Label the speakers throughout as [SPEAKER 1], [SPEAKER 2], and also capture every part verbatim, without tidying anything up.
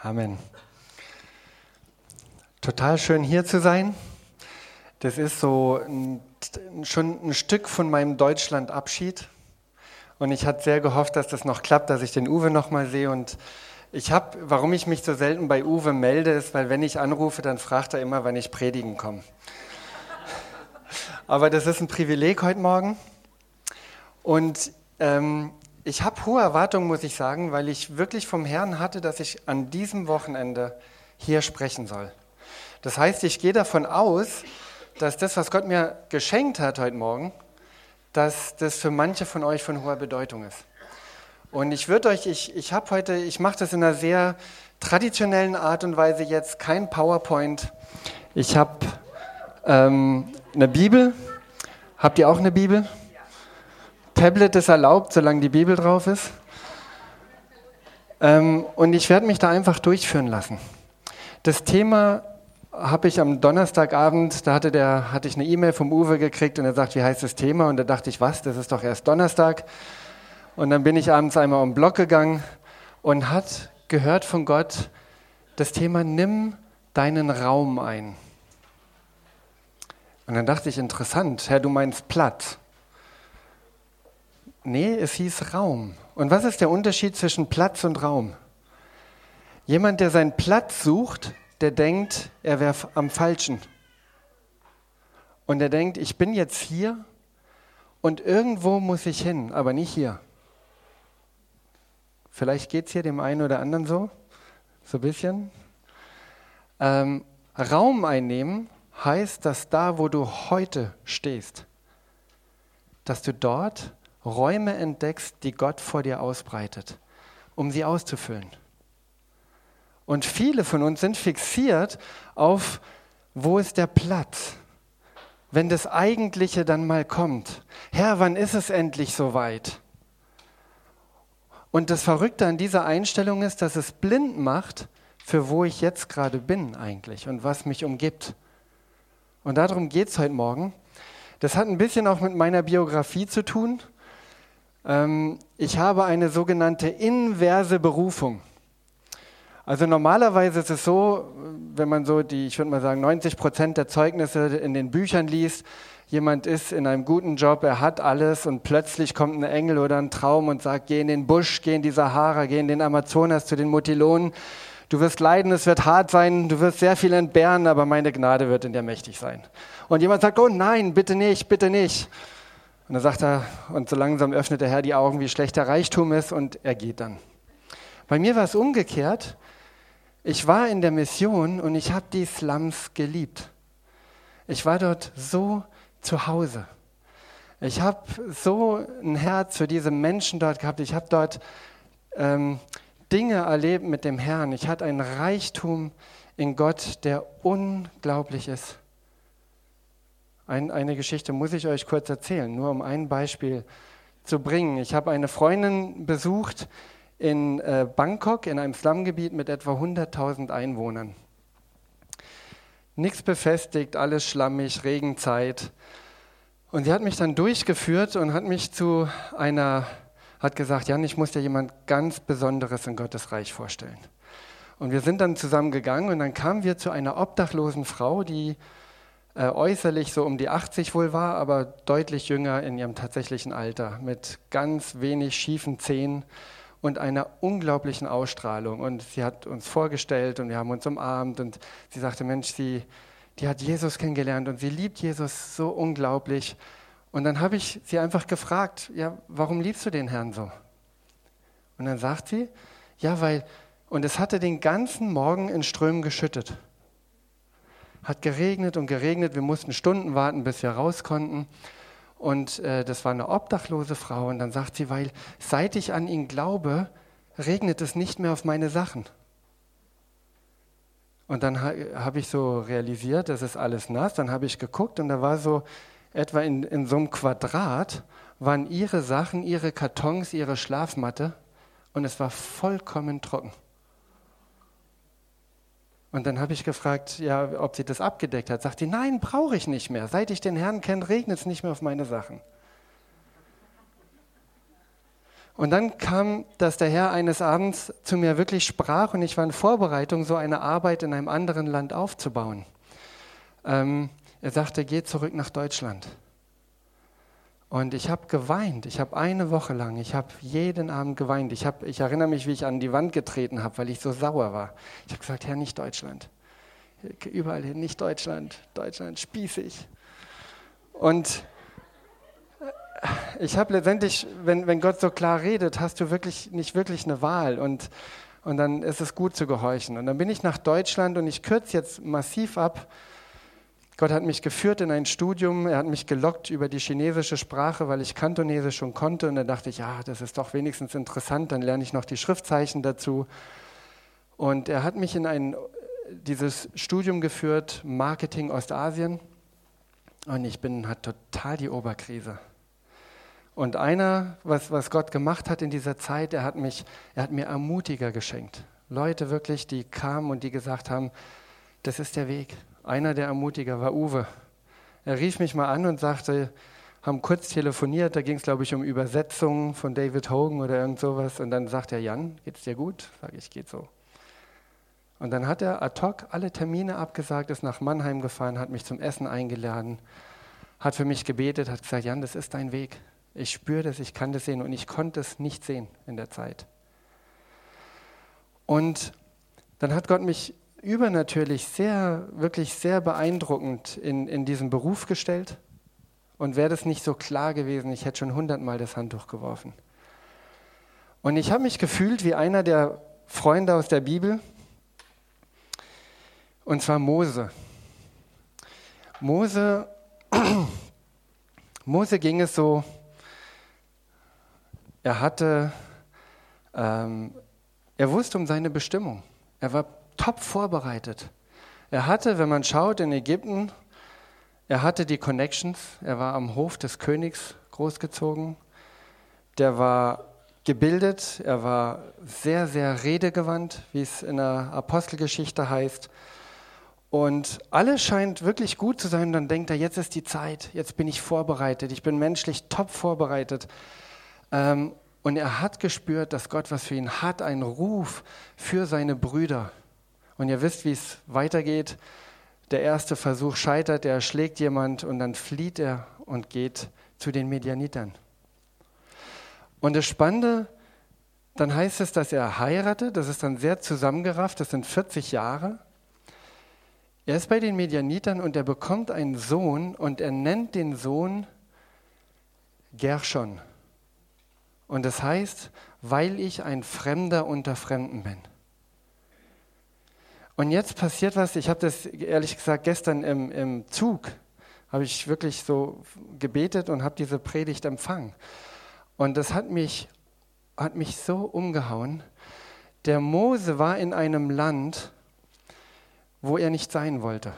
[SPEAKER 1] Amen. Total schön hier zu sein. Das ist so ein, schon ein Stück von meinem Deutschlandabschied. Und ich hatte sehr gehofft, dass das noch klappt, dass ich den Uwe noch mal sehe. Und ich habe, warum ich mich so selten bei Uwe melde, ist, weil wenn ich anrufe, dann fragt er immer, wann ich predigen komme. Aber das ist ein Privileg heute Morgen. Und ähm, ich habe hohe Erwartungen, muss ich sagen, weil ich wirklich vom Herrn hatte, dass ich an diesem Wochenende hier sprechen soll. Das heißt, ich gehe davon aus, dass das, was Gott mir geschenkt hat heute Morgen, dass das für manche von euch von hoher Bedeutung ist. Und ich würde euch, ich, ich habe heute, ich mache das in einer sehr traditionellen Art und Weise jetzt, kein PowerPoint. Ich habe ähm, eine Bibel. Habt ihr auch eine Bibel? Tablet ist erlaubt, solange die Bibel drauf ist. Ähm, und ich werde mich da einfach durchführen lassen. Das Thema habe ich am Donnerstagabend, da hatte, der, hatte ich eine E-Mail vom Uwe gekriegt und er sagt, wie heißt das Thema? Und da dachte ich, was, das ist doch erst Donnerstag. Und dann bin ich abends einmal um den Block gegangen und hat gehört von Gott das Thema, nimm deinen Raum ein. Und dann dachte ich, interessant, Herr, du meinst Platz. Nee, es hieß Raum. Und was ist der Unterschied zwischen Platz und Raum? Jemand, der seinen Platz sucht, der denkt, er wäre am Falschen. Und der denkt, ich bin jetzt hier und irgendwo muss ich hin, aber nicht hier. Vielleicht geht es hier dem einen oder anderen so, so ein bisschen. Ähm, Raum einnehmen heißt, dass da, wo du heute stehst, dass du dort Räume entdeckst, die Gott vor dir ausbreitet, um sie auszufüllen. Und viele von uns sind fixiert auf, wo ist der Platz, wenn das Eigentliche dann mal kommt. Herr, wann ist es endlich soweit? Und das Verrückte an dieser Einstellung ist, dass es blind macht, für wo ich jetzt gerade bin eigentlich und was mich umgibt. Und darum geht es heute Morgen. Das hat ein bisschen auch mit meiner Biografie zu tun. Ähm, ich habe eine sogenannte inverse Berufung. Also normalerweise ist es so, wenn man so die, ich würde mal sagen, neunzig Prozent der Zeugnisse in den Büchern liest, jemand ist in einem guten Job, er hat alles und plötzlich kommt ein Engel oder ein Traum und sagt, geh in den Busch, geh in die Sahara, geh in den Amazonas zu den Motilonen. Du wirst leiden, es wird hart sein, du wirst sehr viel entbehren, aber meine Gnade wird in dir mächtig sein. Und jemand sagt, oh nein, bitte nicht, bitte nicht. Und dann sagt er, und so langsam öffnet der Herr die Augen, wie schlecht der Reichtum ist, und er geht dann. Bei mir war es umgekehrt. Ich war in der Mission und ich habe die Slums geliebt. Ich war dort so zu Hause. Ich habe so ein Herz für diese Menschen dort gehabt. Ich habe dort ähm, Dinge erlebt mit dem Herrn. Ich hatte einen Reichtum in Gott, der unglaublich ist. Ein, eine Geschichte muss ich euch kurz erzählen, nur um ein Beispiel zu bringen. Ich habe eine Freundin besucht in äh, Bangkok, in einem Slumgebiet mit etwa hunderttausend Einwohnern. Nichts befestigt, alles schlammig, Regenzeit. Und sie hat mich dann durchgeführt und hat mich zu einer, hat gesagt, Jan, ich muss dir jemand ganz Besonderes in Gottes Reich vorstellen. Und wir sind dann zusammen gegangen und dann kamen wir zu einer obdachlosen Frau, die äh, äußerlich so um die achtzig wohl war, aber deutlich jünger in ihrem tatsächlichen Alter, mit ganz wenig schiefen Zähnen und einer unglaublichen Ausstrahlung. Und sie hat uns vorgestellt und wir haben uns umarmt und sie sagte, Mensch, sie, die hat Jesus kennengelernt und sie liebt Jesus so unglaublich. Und dann habe ich sie einfach gefragt, ja, warum liebst du den Herrn so? Und dann sagt sie, ja, weil, und es hatte den ganzen Morgen in Strömen geschüttet. Hat geregnet und geregnet, wir mussten Stunden warten, bis wir raus konnten. Und äh, das war eine obdachlose Frau. Und dann sagt sie, weil seit ich an ihn glaube, regnet es nicht mehr auf meine Sachen. Und dann ha, habe ich so realisiert, das ist alles nass. Dann habe ich geguckt und da war so etwa in, in so einem Quadrat, waren ihre Sachen, ihre Kartons, ihre Schlafmatte. Und es war vollkommen trocken. Und dann habe ich gefragt, ja, ob sie das abgedeckt hat. Sagt sie, nein, brauche ich nicht mehr. Seit ich den Herrn kenne, regnet es nicht mehr auf meine Sachen. Und dann kam, dass der Herr eines Abends zu mir wirklich sprach und ich war in Vorbereitung, so eine Arbeit in einem anderen Land aufzubauen. Ähm, er sagte, geh zurück nach Deutschland. Und ich habe geweint. Ich habe eine Woche lang, ich habe jeden Abend geweint. Ich, hab, ich erinnere mich, wie ich an die Wand getreten habe, weil ich so sauer war. Ich habe gesagt, Herr, nicht Deutschland. Überall hin, nicht Deutschland. Deutschland, spießig. Und ich habe letztendlich, wenn, wenn Gott so klar redet, hast du wirklich nicht wirklich eine Wahl und, und dann ist es gut zu gehorchen. Und dann bin ich nach Deutschland und ich kürze jetzt massiv ab. Gott hat mich geführt in ein Studium, er hat mich gelockt über die chinesische Sprache, weil ich Kantonesisch schon konnte und da dachte ich, ja, das ist doch wenigstens interessant, dann lerne ich noch die Schriftzeichen dazu. Und er hat mich in ein, dieses Studium geführt, Marketing Ostasien und ich bin, hatte total die Oberkrise. Und einer, was, was Gott gemacht hat in dieser Zeit, er hat, mich, er hat mir Ermutiger geschenkt. Leute wirklich, die kamen und die gesagt haben, das ist der Weg. Einer der Ermutiger war Uwe. Er rief mich mal an und sagte, haben kurz telefoniert, da ging es, glaube ich, um Übersetzungen von David Hogan oder irgend sowas. Und dann sagt er, Jan, geht's dir gut? Sag ich, geht so. Und dann hat er ad hoc alle Termine abgesagt, ist nach Mannheim gefahren, hat mich zum Essen eingeladen, hat für mich gebetet, hat gesagt, Jan, das ist dein Weg. Ich spüre das, ich kann das sehen und ich konnte es nicht sehen in der Zeit. Und dann hat Gott mich übernatürlich sehr, wirklich sehr beeindruckend in, in diesen Beruf gestellt. Und wäre das nicht so klar gewesen, ich hätte schon hundertmal das Handtuch geworfen. Und ich habe mich gefühlt wie einer der Freunde aus der Bibel, und zwar Mose. Mose, Mose ging es so, Er hatte, ähm, er wusste um seine Bestimmung. Er war top vorbereitet. Er hatte, wenn man schaut in Ägypten, er hatte die Connections. Er war am Hof des Königs großgezogen. Der war gebildet. Er war sehr, sehr redegewandt, wie es in der Apostelgeschichte heißt. Und alles scheint wirklich gut zu sein. Und dann denkt er, jetzt ist die Zeit. Jetzt bin ich vorbereitet. Ich bin menschlich top vorbereitet. Ähm, und er hat gespürt, dass Gott was für ihn hat, einen Ruf für seine Brüder. Und ihr wisst, wie es weitergeht. Der erste Versuch scheitert, er erschlägt jemand und dann flieht er und geht zu den Medianitern. Und das Spannende, dann heißt es, dass er heiratet, das ist dann sehr zusammengerafft, das sind vierzig Jahre. Er ist bei den Medianitern und er bekommt einen Sohn und er nennt den Sohn Gershon. Und das heißt, weil ich ein Fremder unter Fremden bin. Und jetzt passiert was, ich habe das ehrlich gesagt gestern im, im Zug, habe ich wirklich so gebetet und habe diese Predigt empfangen. Und das hat mich, hat mich so umgehauen. Der Mose war in einem Land, wo er nicht sein wollte.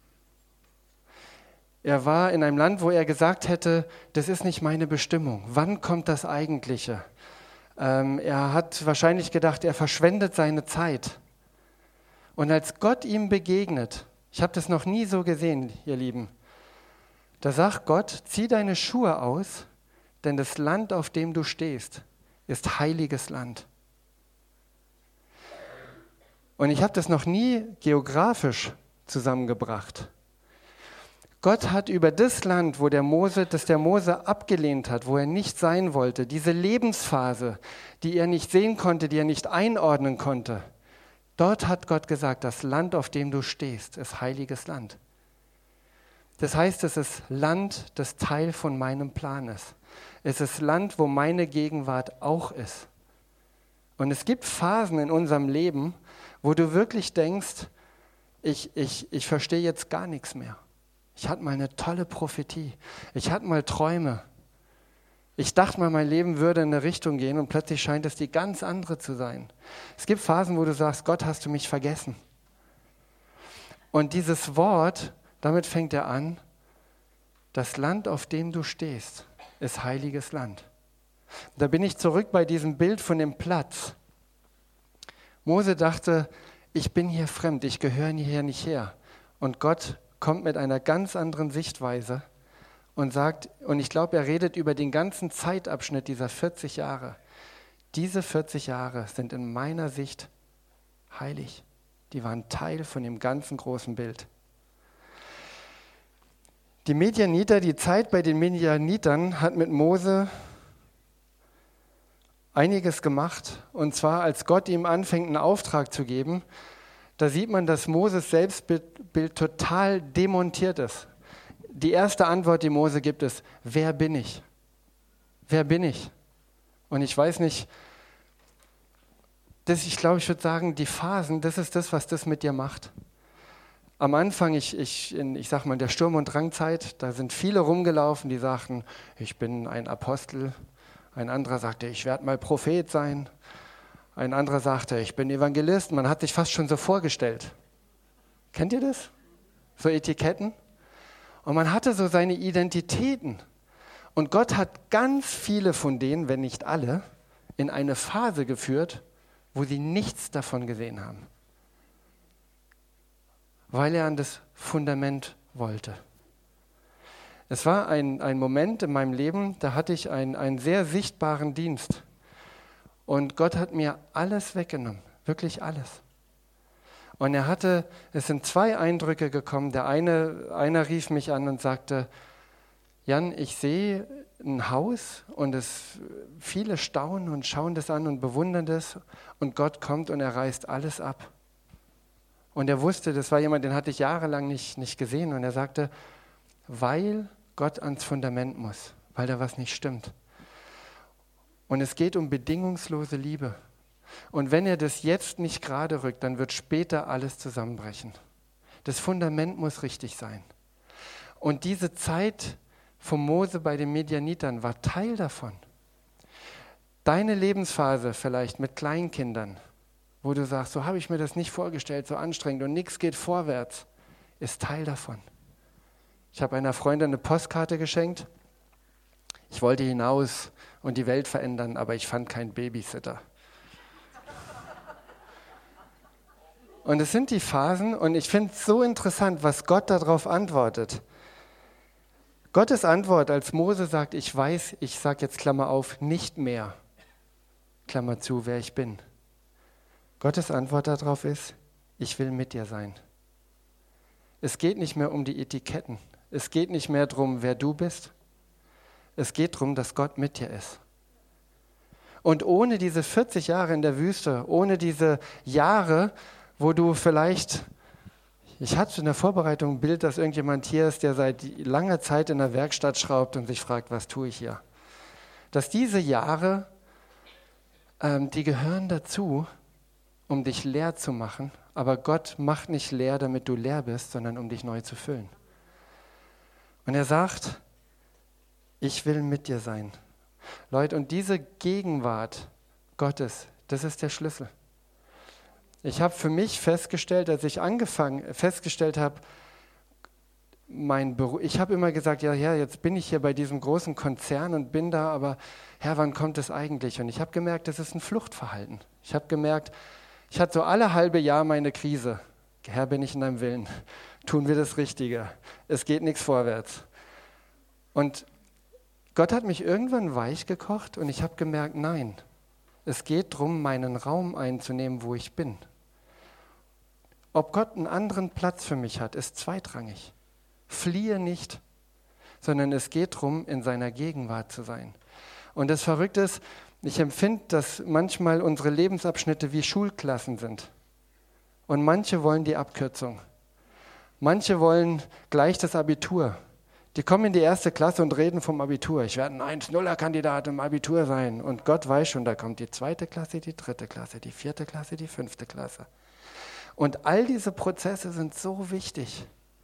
[SPEAKER 1] Er war in einem Land, wo er gesagt hätte, das ist nicht meine Bestimmung. Wann kommt das Eigentliche? Ähm, er hat wahrscheinlich gedacht, er verschwendet seine Zeit. Und als Gott ihm begegnet, ich habe das noch nie so gesehen, ihr Lieben, da sagt Gott, zieh deine Schuhe aus, denn das Land, auf dem du stehst, ist heiliges Land. Und ich habe das noch nie geografisch zusammengebracht. Gott hat über das Land, wo der Mose, das der Mose abgelehnt hat, wo er nicht sein wollte, diese Lebensphase, die er nicht sehen konnte, die er nicht einordnen konnte, dort hat Gott gesagt, das Land, auf dem du stehst, ist heiliges Land. Das heißt, es ist Land, das Teil von meinem Plan ist. Es ist Land, wo meine Gegenwart auch ist. Und es gibt Phasen in unserem Leben, wo du wirklich denkst, ich, ich, ich verstehe jetzt gar nichts mehr. Ich hatte mal eine tolle Prophetie. Ich hatte mal Träume. Ich dachte mal, mein Leben würde in eine Richtung gehen und plötzlich scheint es die ganz andere zu sein. Es gibt Phasen, wo du sagst, Gott, hast du mich vergessen? Und dieses Wort, damit fängt er an, das Land, auf dem du stehst, ist heiliges Land. Da bin ich zurück bei diesem Bild von dem Platz. Mose dachte, ich bin hier fremd, ich gehöre hier nicht her. Und Gott kommt mit einer ganz anderen Sichtweise und sagt, und ich glaube, er redet über den ganzen Zeitabschnitt dieser vierzig Jahre. Diese vierzig Jahre sind in meiner Sicht heilig. Die waren Teil von dem ganzen großen Bild. Die Medianiter, die Zeit bei den Medianitern hat mit Mose einiges gemacht. Und zwar, als Gott ihm anfängt, einen Auftrag zu geben, da sieht man, dass Moses Selbstbild total demontiert ist. Die erste Antwort, die Mose gibt, ist: Wer bin ich? Wer bin ich? Und ich weiß nicht, das, ich glaube, ich würde sagen, die Phasen, das ist das, was das mit dir macht. Am Anfang, ich, ich, in, ich sag mal, in der Sturm- und Drangzeit, da sind viele rumgelaufen, die sagten, ich bin ein Apostel. Ein anderer sagte, ich werde mal Prophet sein. Ein anderer sagte, ich bin Evangelist. Man hat sich fast schon so vorgestellt. Kennt ihr das? So Etiketten? Und man hatte so seine Identitäten. Und Gott hat ganz viele von denen, wenn nicht alle, in eine Phase geführt, wo sie nichts davon gesehen haben. Weil er an das Fundament wollte. Es war ein, ein Moment in meinem Leben, da hatte ich einen, einen sehr sichtbaren Dienst. Und Gott hat mir alles weggenommen, wirklich alles. Und er hatte, es sind zwei Eindrücke gekommen. Der eine, einer rief mich an und sagte, Jan, ich sehe ein Haus und es, viele staunen und schauen das an und bewundern das. Und Gott kommt und er reißt alles ab. Und er wusste, das war jemand, den hatte ich jahrelang nicht, nicht gesehen. Und er sagte, weil Gott ans Fundament muss, weil da was nicht stimmt. Und es geht um bedingungslose Liebe. Und wenn er das jetzt nicht gerade rückt, dann wird später alles zusammenbrechen. Das Fundament muss richtig sein. Und diese Zeit von Mose bei den Medianitern war Teil davon. Deine Lebensphase vielleicht mit Kleinkindern, wo du sagst, so habe ich mir das nicht vorgestellt, so anstrengend und nichts geht vorwärts, ist Teil davon. Ich habe einer Freundin eine Postkarte geschenkt. Ich wollte hinaus und die Welt verändern, aber ich fand keinen Babysitter. Und es sind die Phasen und ich finde es so interessant, was Gott darauf antwortet. Gottes Antwort, als Mose sagt, ich weiß, ich sage jetzt Klammer auf, nicht mehr, Klammer zu, wer ich bin. Gottes Antwort darauf ist, ich will mit dir sein. Es geht nicht mehr um die Etiketten. Es geht nicht mehr darum, wer du bist. Es geht darum, dass Gott mit dir ist. Und ohne diese vierzig Jahre in der Wüste, ohne diese Jahre, wo du vielleicht, ich hatte in der Vorbereitung ein Bild, dass irgendjemand hier ist, der seit langer Zeit in der Werkstatt schraubt und sich fragt, was tue ich hier? Dass diese Jahre, ähm, die gehören dazu, um dich leer zu machen, aber Gott macht nicht leer, damit du leer bist, sondern um dich neu zu füllen. Und er sagt, ich will mit dir sein. Leute, und diese Gegenwart Gottes, das ist der Schlüssel. Ich habe für mich festgestellt, als ich angefangen, festgestellt habe, mein Beruf, ich habe immer gesagt, ja, ja, jetzt bin ich hier bei diesem großen Konzern und bin da, aber Herr, wann kommt es eigentlich? Und ich habe gemerkt, das ist ein Fluchtverhalten. Ich habe gemerkt, ich hatte so alle halbe Jahr meine Krise. Herr, bin ich in deinem Willen? Tun wir das Richtige? Es geht nichts vorwärts. Und Gott hat mich irgendwann weich gekocht und ich habe gemerkt, nein, es geht darum, meinen Raum einzunehmen, wo ich bin. Ob Gott einen anderen Platz für mich hat, ist zweitrangig. Fliehe nicht, sondern es geht darum, in seiner Gegenwart zu sein. Und das Verrückte ist, ich empfinde, dass manchmal unsere Lebensabschnitte wie Schulklassen sind. Und manche wollen die Abkürzung. Manche wollen gleich das Abitur. Die kommen in die erste Klasse und reden vom Abitur. Ich werde ein eins null er Kandidat im Abitur sein. Und Gott weiß schon, da kommt die zweite Klasse, die dritte Klasse, die vierte Klasse, die fünfte Klasse. Und all diese Prozesse sind so wichtig.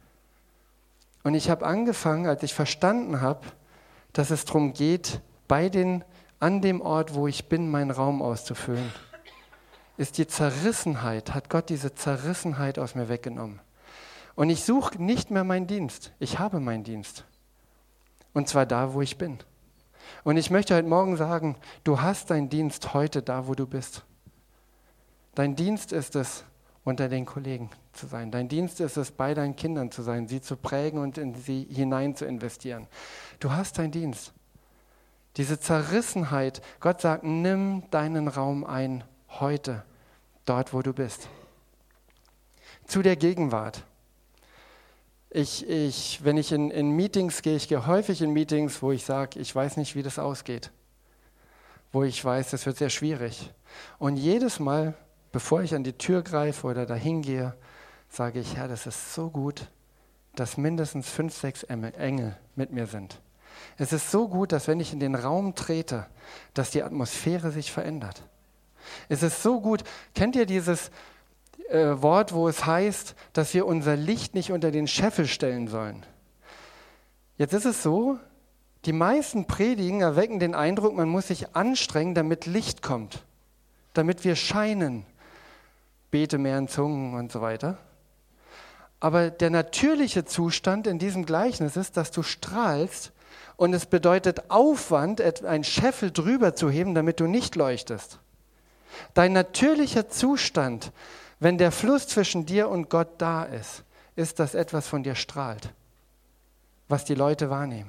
[SPEAKER 1] Und ich habe angefangen, als ich verstanden habe, dass es darum geht, bei den, an dem Ort, wo ich bin, meinen Raum auszufüllen, ist die Zerrissenheit, hat Gott diese Zerrissenheit aus mir weggenommen. Und ich suche nicht mehr meinen Dienst. Ich habe meinen Dienst. Und zwar da, wo ich bin. Und ich möchte heute Morgen sagen, du hast deinen Dienst heute da, wo du bist. Dein Dienst ist es, unter den Kollegen zu sein. Dein Dienst ist es, bei deinen Kindern zu sein, sie zu prägen und in sie hinein zu investieren. Du hast deinen Dienst. Diese Zerrissenheit. Gott sagt, nimm deinen Raum ein heute, dort wo du bist. Zu der Gegenwart. Ich, ich, wenn ich in, in Meetings gehe, ich gehe häufig in Meetings, wo ich sage, ich weiß nicht, wie das ausgeht. Wo ich weiß, das wird sehr schwierig. Und jedes Mal, bevor ich an die Tür greife oder dahin gehe, sage ich, Herr, das ist so gut, dass mindestens fünf, sechs Engel mit mir sind. Es ist so gut, dass wenn ich in den Raum trete, dass die Atmosphäre sich verändert. Es ist so gut, kennt ihr dieses äh, Wort, wo es heißt, dass wir unser Licht nicht unter den Scheffel stellen sollen? Jetzt ist es so, die meisten Predigen erwecken den Eindruck, man muss sich anstrengen, damit Licht kommt, damit wir scheinen, bete mehr in Zungen und so weiter. Aber der natürliche Zustand in diesem Gleichnis ist, dass du strahlst und es bedeutet Aufwand, ein Scheffel drüber zu heben, damit du nicht leuchtest. Dein natürlicher Zustand, wenn der Fluss zwischen dir und Gott da ist, ist, dass etwas von dir strahlt, was die Leute wahrnehmen.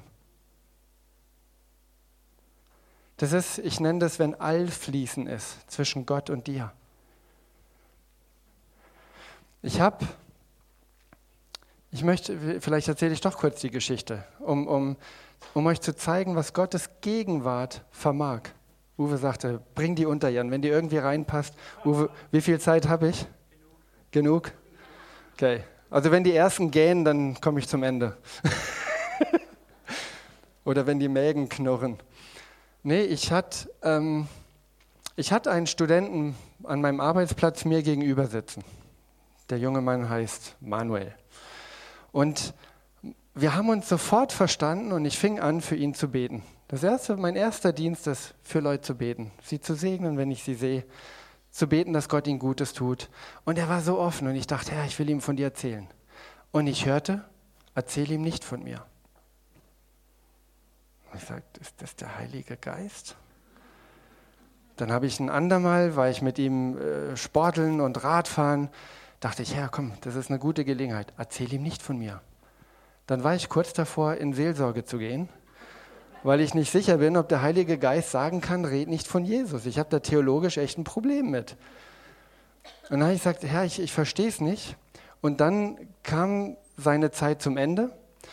[SPEAKER 1] Das ist, ich nenne das, wenn Allfließen ist zwischen Gott und dir. Ich habe, ich möchte, vielleicht erzähle ich doch kurz die Geschichte, um, um, um euch zu zeigen, was Gottes Gegenwart vermag. Uwe sagte, bring die unter, Jan, wenn die irgendwie reinpasst. Uwe, wie viel Zeit habe ich? Genug? Genug? Okay, also wenn die ersten gähnen, dann komme ich zum Ende. Oder wenn die Mägen knurren. Nee, ich hatte, ähm, ich hatte einen Studenten an meinem Arbeitsplatz mir gegenüber sitzen. Der junge Mann heißt Manuel. Und wir haben uns sofort verstanden und ich fing an, für ihn zu beten. Das erste, mein erster Dienst ist, für Leute zu beten, sie zu segnen, wenn ich sie sehe, zu beten, dass Gott ihnen Gutes tut. Und er war so offen und ich dachte, Herr, ich will ihm von dir erzählen. Und ich hörte, erzähl ihm nicht von mir. Und ich sagte, ist das der Heilige Geist? Dann habe ich ein andermal, war ich mit ihm äh, sporteln und Radfahren, dachte ich, Herr, komm, das ist eine gute Gelegenheit, erzähl ihm nicht von mir. Dann war ich kurz davor, in Seelsorge zu gehen, weil ich nicht sicher bin, ob der Heilige Geist sagen kann, red nicht von Jesus. Ich habe da theologisch echt ein Problem mit. Und dann habe ich gesagt, Herr, ich, ich verstehe es nicht. Und dann kam seine Zeit zum Ende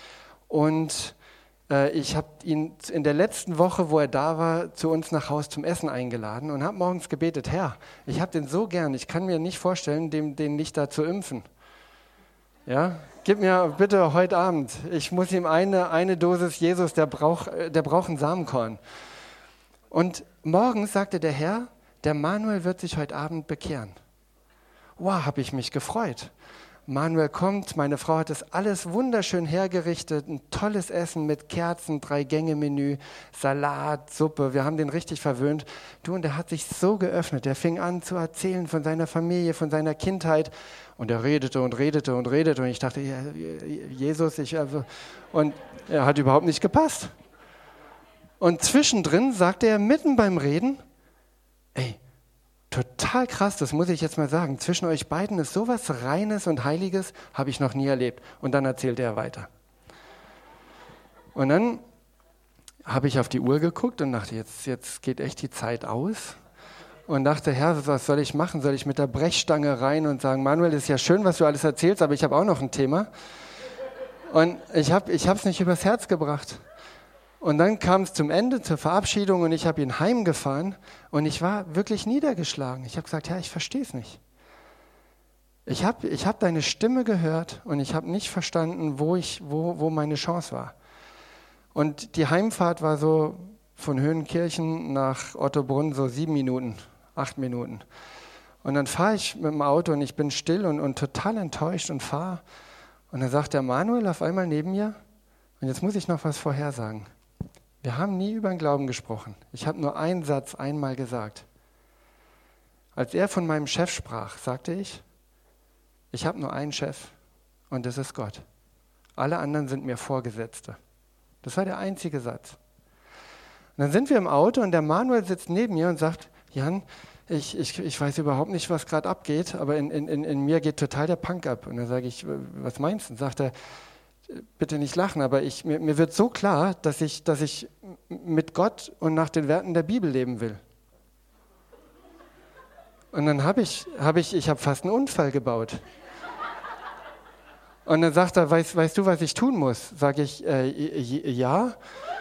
[SPEAKER 1] und äh, ich habe ihn in der letzten Woche, wo er da war, zu uns nach Haus zum Essen eingeladen und habe morgens gebetet, Herr, ich habe den so gern, ich kann mir nicht vorstellen, dem, den nicht da zu impfen. Ja, gib mir bitte heute Abend, ich muss ihm eine, eine Dosis Jesus, der braucht, der braucht ein Samenkorn. Und morgens sagte der Herr, der Manuel wird sich heute Abend bekehren. Wow, habe ich mich gefreut. Manuel kommt, meine Frau hat das alles wunderschön hergerichtet, ein tolles Essen mit Kerzen, Drei-Gänge-Menü, Salat, Suppe, wir haben den richtig verwöhnt. Du, und er hat sich so geöffnet, er fing an zu erzählen von seiner Familie, von seiner Kindheit und er redete und redete und redete und ich dachte, ja, Jesus, ich, also, und er hat überhaupt nicht gepasst. Und zwischendrin sagte er mitten beim Reden, ey, total krass, das muss ich jetzt mal sagen. Zwischen euch beiden ist sowas Reines und Heiliges, habe ich noch nie erlebt. Und dann erzählte er weiter. Und dann habe ich auf die Uhr geguckt und dachte, jetzt, jetzt geht echt die Zeit aus. Und dachte, Herr, was soll ich machen? Soll ich mit der Brechstange rein und sagen, Manuel, ist ja schön, was du alles erzählst, aber ich habe auch noch ein Thema. Und ich habe ich es nicht übers Herz gebracht. Und dann kam es zum Ende, zur Verabschiedung und ich habe ihn heimgefahren und ich war wirklich niedergeschlagen. Ich habe gesagt, Herr, ich verstehe es nicht. Ich habe ich hab deine Stimme gehört und ich habe nicht verstanden, wo, ich, wo, wo meine Chance war. Und die Heimfahrt war so von Höhenkirchen nach Ottobrunn so sieben Minuten, acht Minuten. Und dann fahre ich mit dem Auto und ich bin still und, und total enttäuscht und fahre. Und dann sagt der Manuel auf einmal neben mir, und jetzt muss ich noch was vorhersagen. Wir haben nie über den Glauben gesprochen. Ich habe nur einen Satz einmal gesagt. Als er von meinem Chef sprach, sagte ich, ich habe nur einen Chef und das ist Gott. Alle anderen sind mir Vorgesetzte. Das war der einzige Satz. Und dann sind wir im Auto und der Manuel sitzt neben mir und sagt, Jan, ich, ich, ich weiß überhaupt nicht, was gerade abgeht, aber in, in, in mir geht total der Punk ab. Und dann sage ich, was meinst du? Und sagt er, bitte nicht lachen, aber ich, mir, mir wird so klar, dass ich, dass ich mit Gott und nach den Werten der Bibel leben will. Und dann habe ich, habe ich, ich habe fast einen Unfall gebaut. Und dann sagt er, weißt, weißt du, was ich tun muss? Sage ich, äh, ja.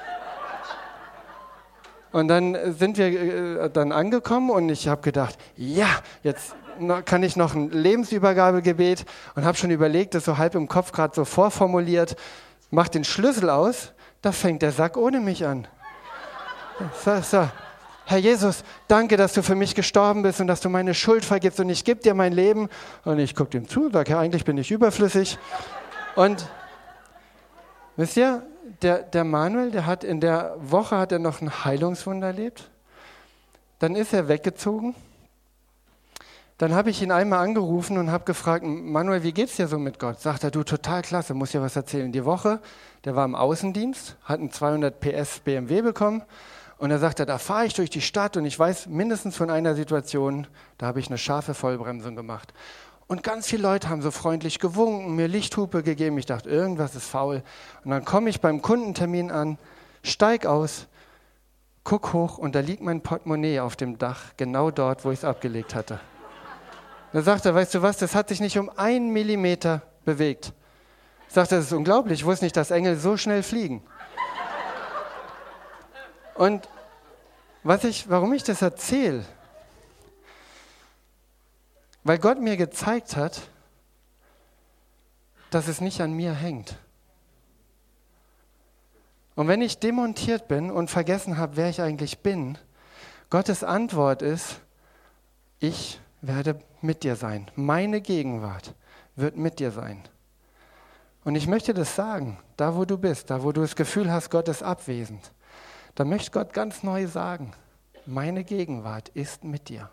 [SPEAKER 1] Und dann sind wir äh, dann angekommen und ich habe gedacht, ja, jetzt kann ich noch ein Lebensübergabegebet und habe schon überlegt, das so halb im Kopf gerade so vorformuliert, mach den Schlüssel aus, da fängt der Sack ohne mich an. So, so. Herr Jesus, danke, dass du für mich gestorben bist und dass du meine Schuld vergibst und ich gebe dir mein Leben. Und ich gucke ihm zu und sage, ja, eigentlich bin ich überflüssig. Und wisst ihr, der, der Manuel, der hat in der Woche hat er noch ein Heilungswunder erlebt. Dann ist er weggezogen. Dann habe ich ihn einmal angerufen und habe gefragt, Manuel, wie geht's dir so mit Gott? Sagt er, du, total klasse, muss dir was erzählen. Die Woche, der war im Außendienst, hat einen zweihundert P S B M W bekommen. Und er sagte, da fahre ich durch die Stadt und ich weiß mindestens von einer Situation, da habe ich eine scharfe Vollbremsung gemacht. Und ganz viele Leute haben so freundlich gewunken, mir Lichthupe gegeben. Ich dachte, irgendwas ist faul. Und dann komme ich beim Kundentermin an, steig aus, guck hoch und da liegt mein Portemonnaie auf dem Dach, genau dort, wo ich es abgelegt hatte. Da sagt er, weißt du was, das hat sich nicht um einen Millimeter bewegt. Sagt er, das ist unglaublich, ich wusste nicht, dass Engel so schnell fliegen. Und was ich, warum ich das erzähle, weil Gott mir gezeigt hat, dass es nicht an mir hängt. Und wenn ich demontiert bin und vergessen habe, wer ich eigentlich bin, Gottes Antwort ist, ich werde mit dir sein. Meine Gegenwart wird mit dir sein. Und ich möchte das sagen, da wo du bist, da wo du das Gefühl hast, Gott ist abwesend, da möchte Gott ganz neu sagen, meine Gegenwart ist mit dir.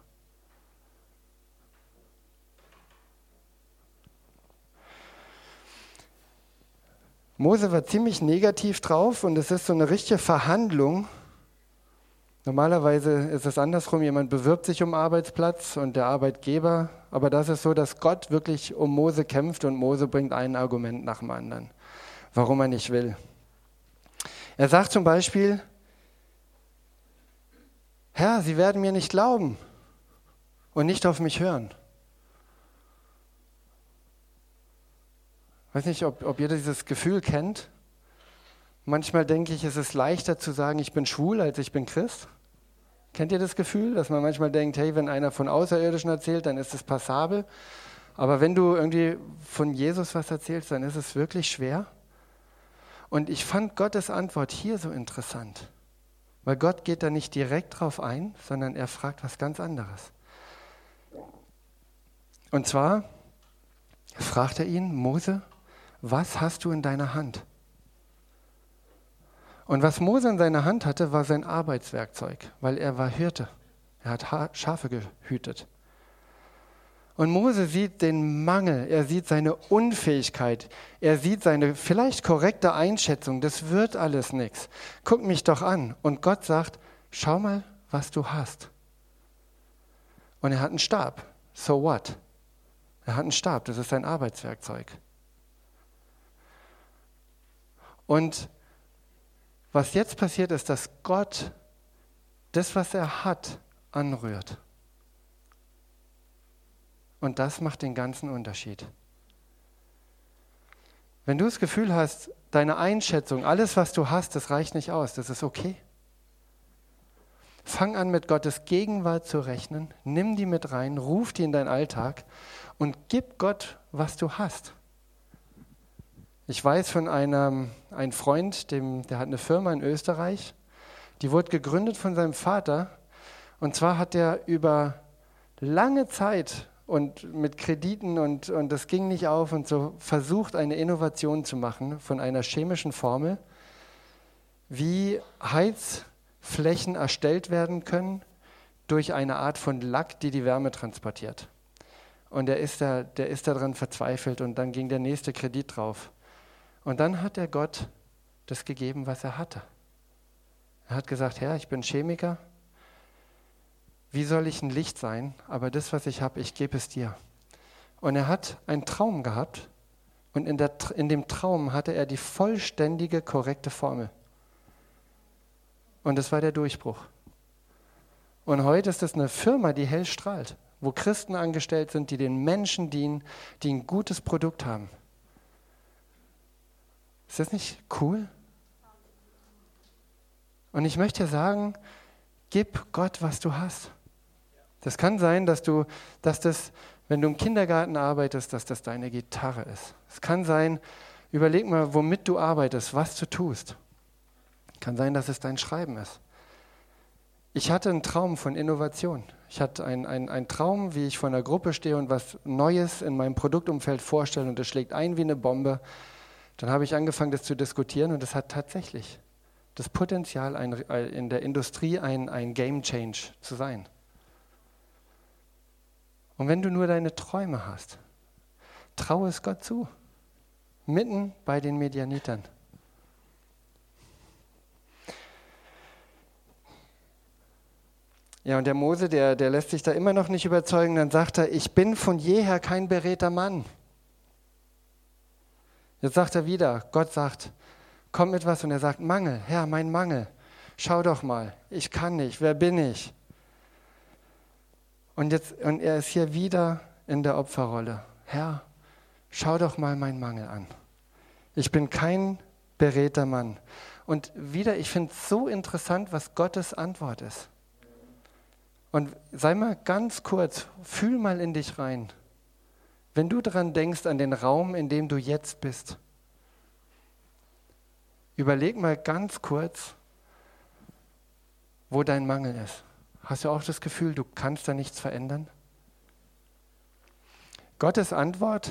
[SPEAKER 1] Mose war ziemlich negativ drauf und es ist so eine richtige Verhandlung. Normalerweise ist es andersrum, jemand bewirbt sich um Arbeitsplatz und der Arbeitgeber, aber das ist so, dass Gott wirklich um Mose kämpft und Mose bringt ein Argument nach dem anderen, warum er nicht will. Er sagt zum Beispiel, Herr, sie werden mir nicht glauben und nicht auf mich hören. Ich weiß nicht, ob, ob ihr dieses Gefühl kennt. Manchmal denke ich, es ist leichter zu sagen, ich bin schwul, als ich bin Christ. Kennt ihr das Gefühl, dass man manchmal denkt, hey, wenn einer von Außerirdischen erzählt, dann ist es passabel. Aber wenn du irgendwie von Jesus was erzählst, dann ist es wirklich schwer. Und ich fand Gottes Antwort hier so interessant. Weil Gott geht da nicht direkt drauf ein, sondern er fragt was ganz anderes. Und zwar fragt er ihn, Mose, was hast du in deiner Hand? Und was Mose in seiner Hand hatte, war sein Arbeitswerkzeug, weil er war Hirte. Er hat Schafe gehütet. Und Mose sieht den Mangel, er sieht seine Unfähigkeit, er sieht seine vielleicht korrekte Einschätzung, das wird alles nichts. Guck mich doch an. Und Gott sagt, schau mal, was du hast. Und er hat einen Stab. So what? Er hat einen Stab, das ist sein Arbeitswerkzeug. Und was jetzt passiert ist, dass Gott das, was er hat, anrührt. Und das macht den ganzen Unterschied. Wenn du das Gefühl hast, deine Einschätzung, alles, was du hast, das reicht nicht aus, das ist okay. Fang an, mit Gottes Gegenwart zu rechnen, nimm die mit rein, ruf die in deinen Alltag und gib Gott, was du hast. Ich weiß von einem, einem Freund, dem, der hat eine Firma in Österreich, die wurde gegründet von seinem Vater. Und zwar hat er über lange Zeit und mit Krediten und, und das ging nicht auf und so versucht, eine Innovation zu machen von einer chemischen Formel, wie Heizflächen erstellt werden können durch eine Art von Lack, die die Wärme transportiert. Und der ist da, der ist daran verzweifelt und dann ging der nächste Kredit drauf. Und dann hat er Gott das gegeben, was er hatte. Er hat gesagt, Herr, ich bin Chemiker. Wie soll ich ein Licht sein? Aber das, was ich habe, ich gebe es dir. Und er hat einen Traum gehabt, Und in, der, in dem Traum hatte er die vollständige, korrekte Formel. Und das war der Durchbruch. Und heute ist es eine Firma, die hell strahlt, wo Christen angestellt sind, die den Menschen dienen, die ein gutes Produkt haben. Ist das nicht cool? Und ich möchte dir sagen, gib Gott, was du hast. Das kann sein, dass du, dass das, wenn du im Kindergarten arbeitest, dass das deine Gitarre ist. Es kann sein, überleg mal, womit du arbeitest, was du tust. Kann sein, dass es dein Schreiben ist. Ich hatte einen Traum von Innovation. Ich hatte einen ein Traum, wie ich vor einer Gruppe stehe und was Neues in meinem Produktumfeld vorstelle und es schlägt ein wie eine Bombe. Dann habe ich angefangen, das zu diskutieren und es hat tatsächlich das Potenzial, ein, in der Industrie ein, ein Game Change zu sein. Und wenn du nur deine Träume hast, traue es Gott zu, mitten bei den Medianitern. Ja, und der Mose, der, der lässt sich da immer noch nicht überzeugen, dann sagt er, ich bin von jeher kein beredter Mann. Jetzt sagt er wieder, Gott sagt, komm mit was und er sagt, Mangel, Herr, mein Mangel, schau doch mal, ich kann nicht, wer bin ich? Und, jetzt, und er ist hier wieder in der Opferrolle. Herr, schau doch mal meinen Mangel an. Ich bin kein beredter Mann. Und wieder, ich finde es so interessant, was Gottes Antwort ist. Und sei mal ganz kurz, fühl mal in dich rein. Wenn du daran denkst, an den Raum, in dem du jetzt bist, überleg mal ganz kurz, wo dein Mangel ist. Hast du auch das Gefühl, du kannst da nichts verändern? Gottes Antwort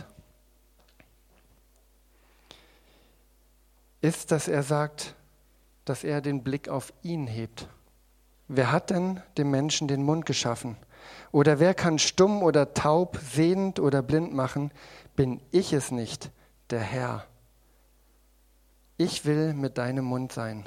[SPEAKER 1] ist, dass er sagt, dass er den Blick auf ihn hebt. Wer hat denn dem Menschen den Mund geschaffen? Oder wer kann stumm oder taub, sehend oder blind machen? Bin ich es nicht, der Herr? Ich will mit deinem Mund sein.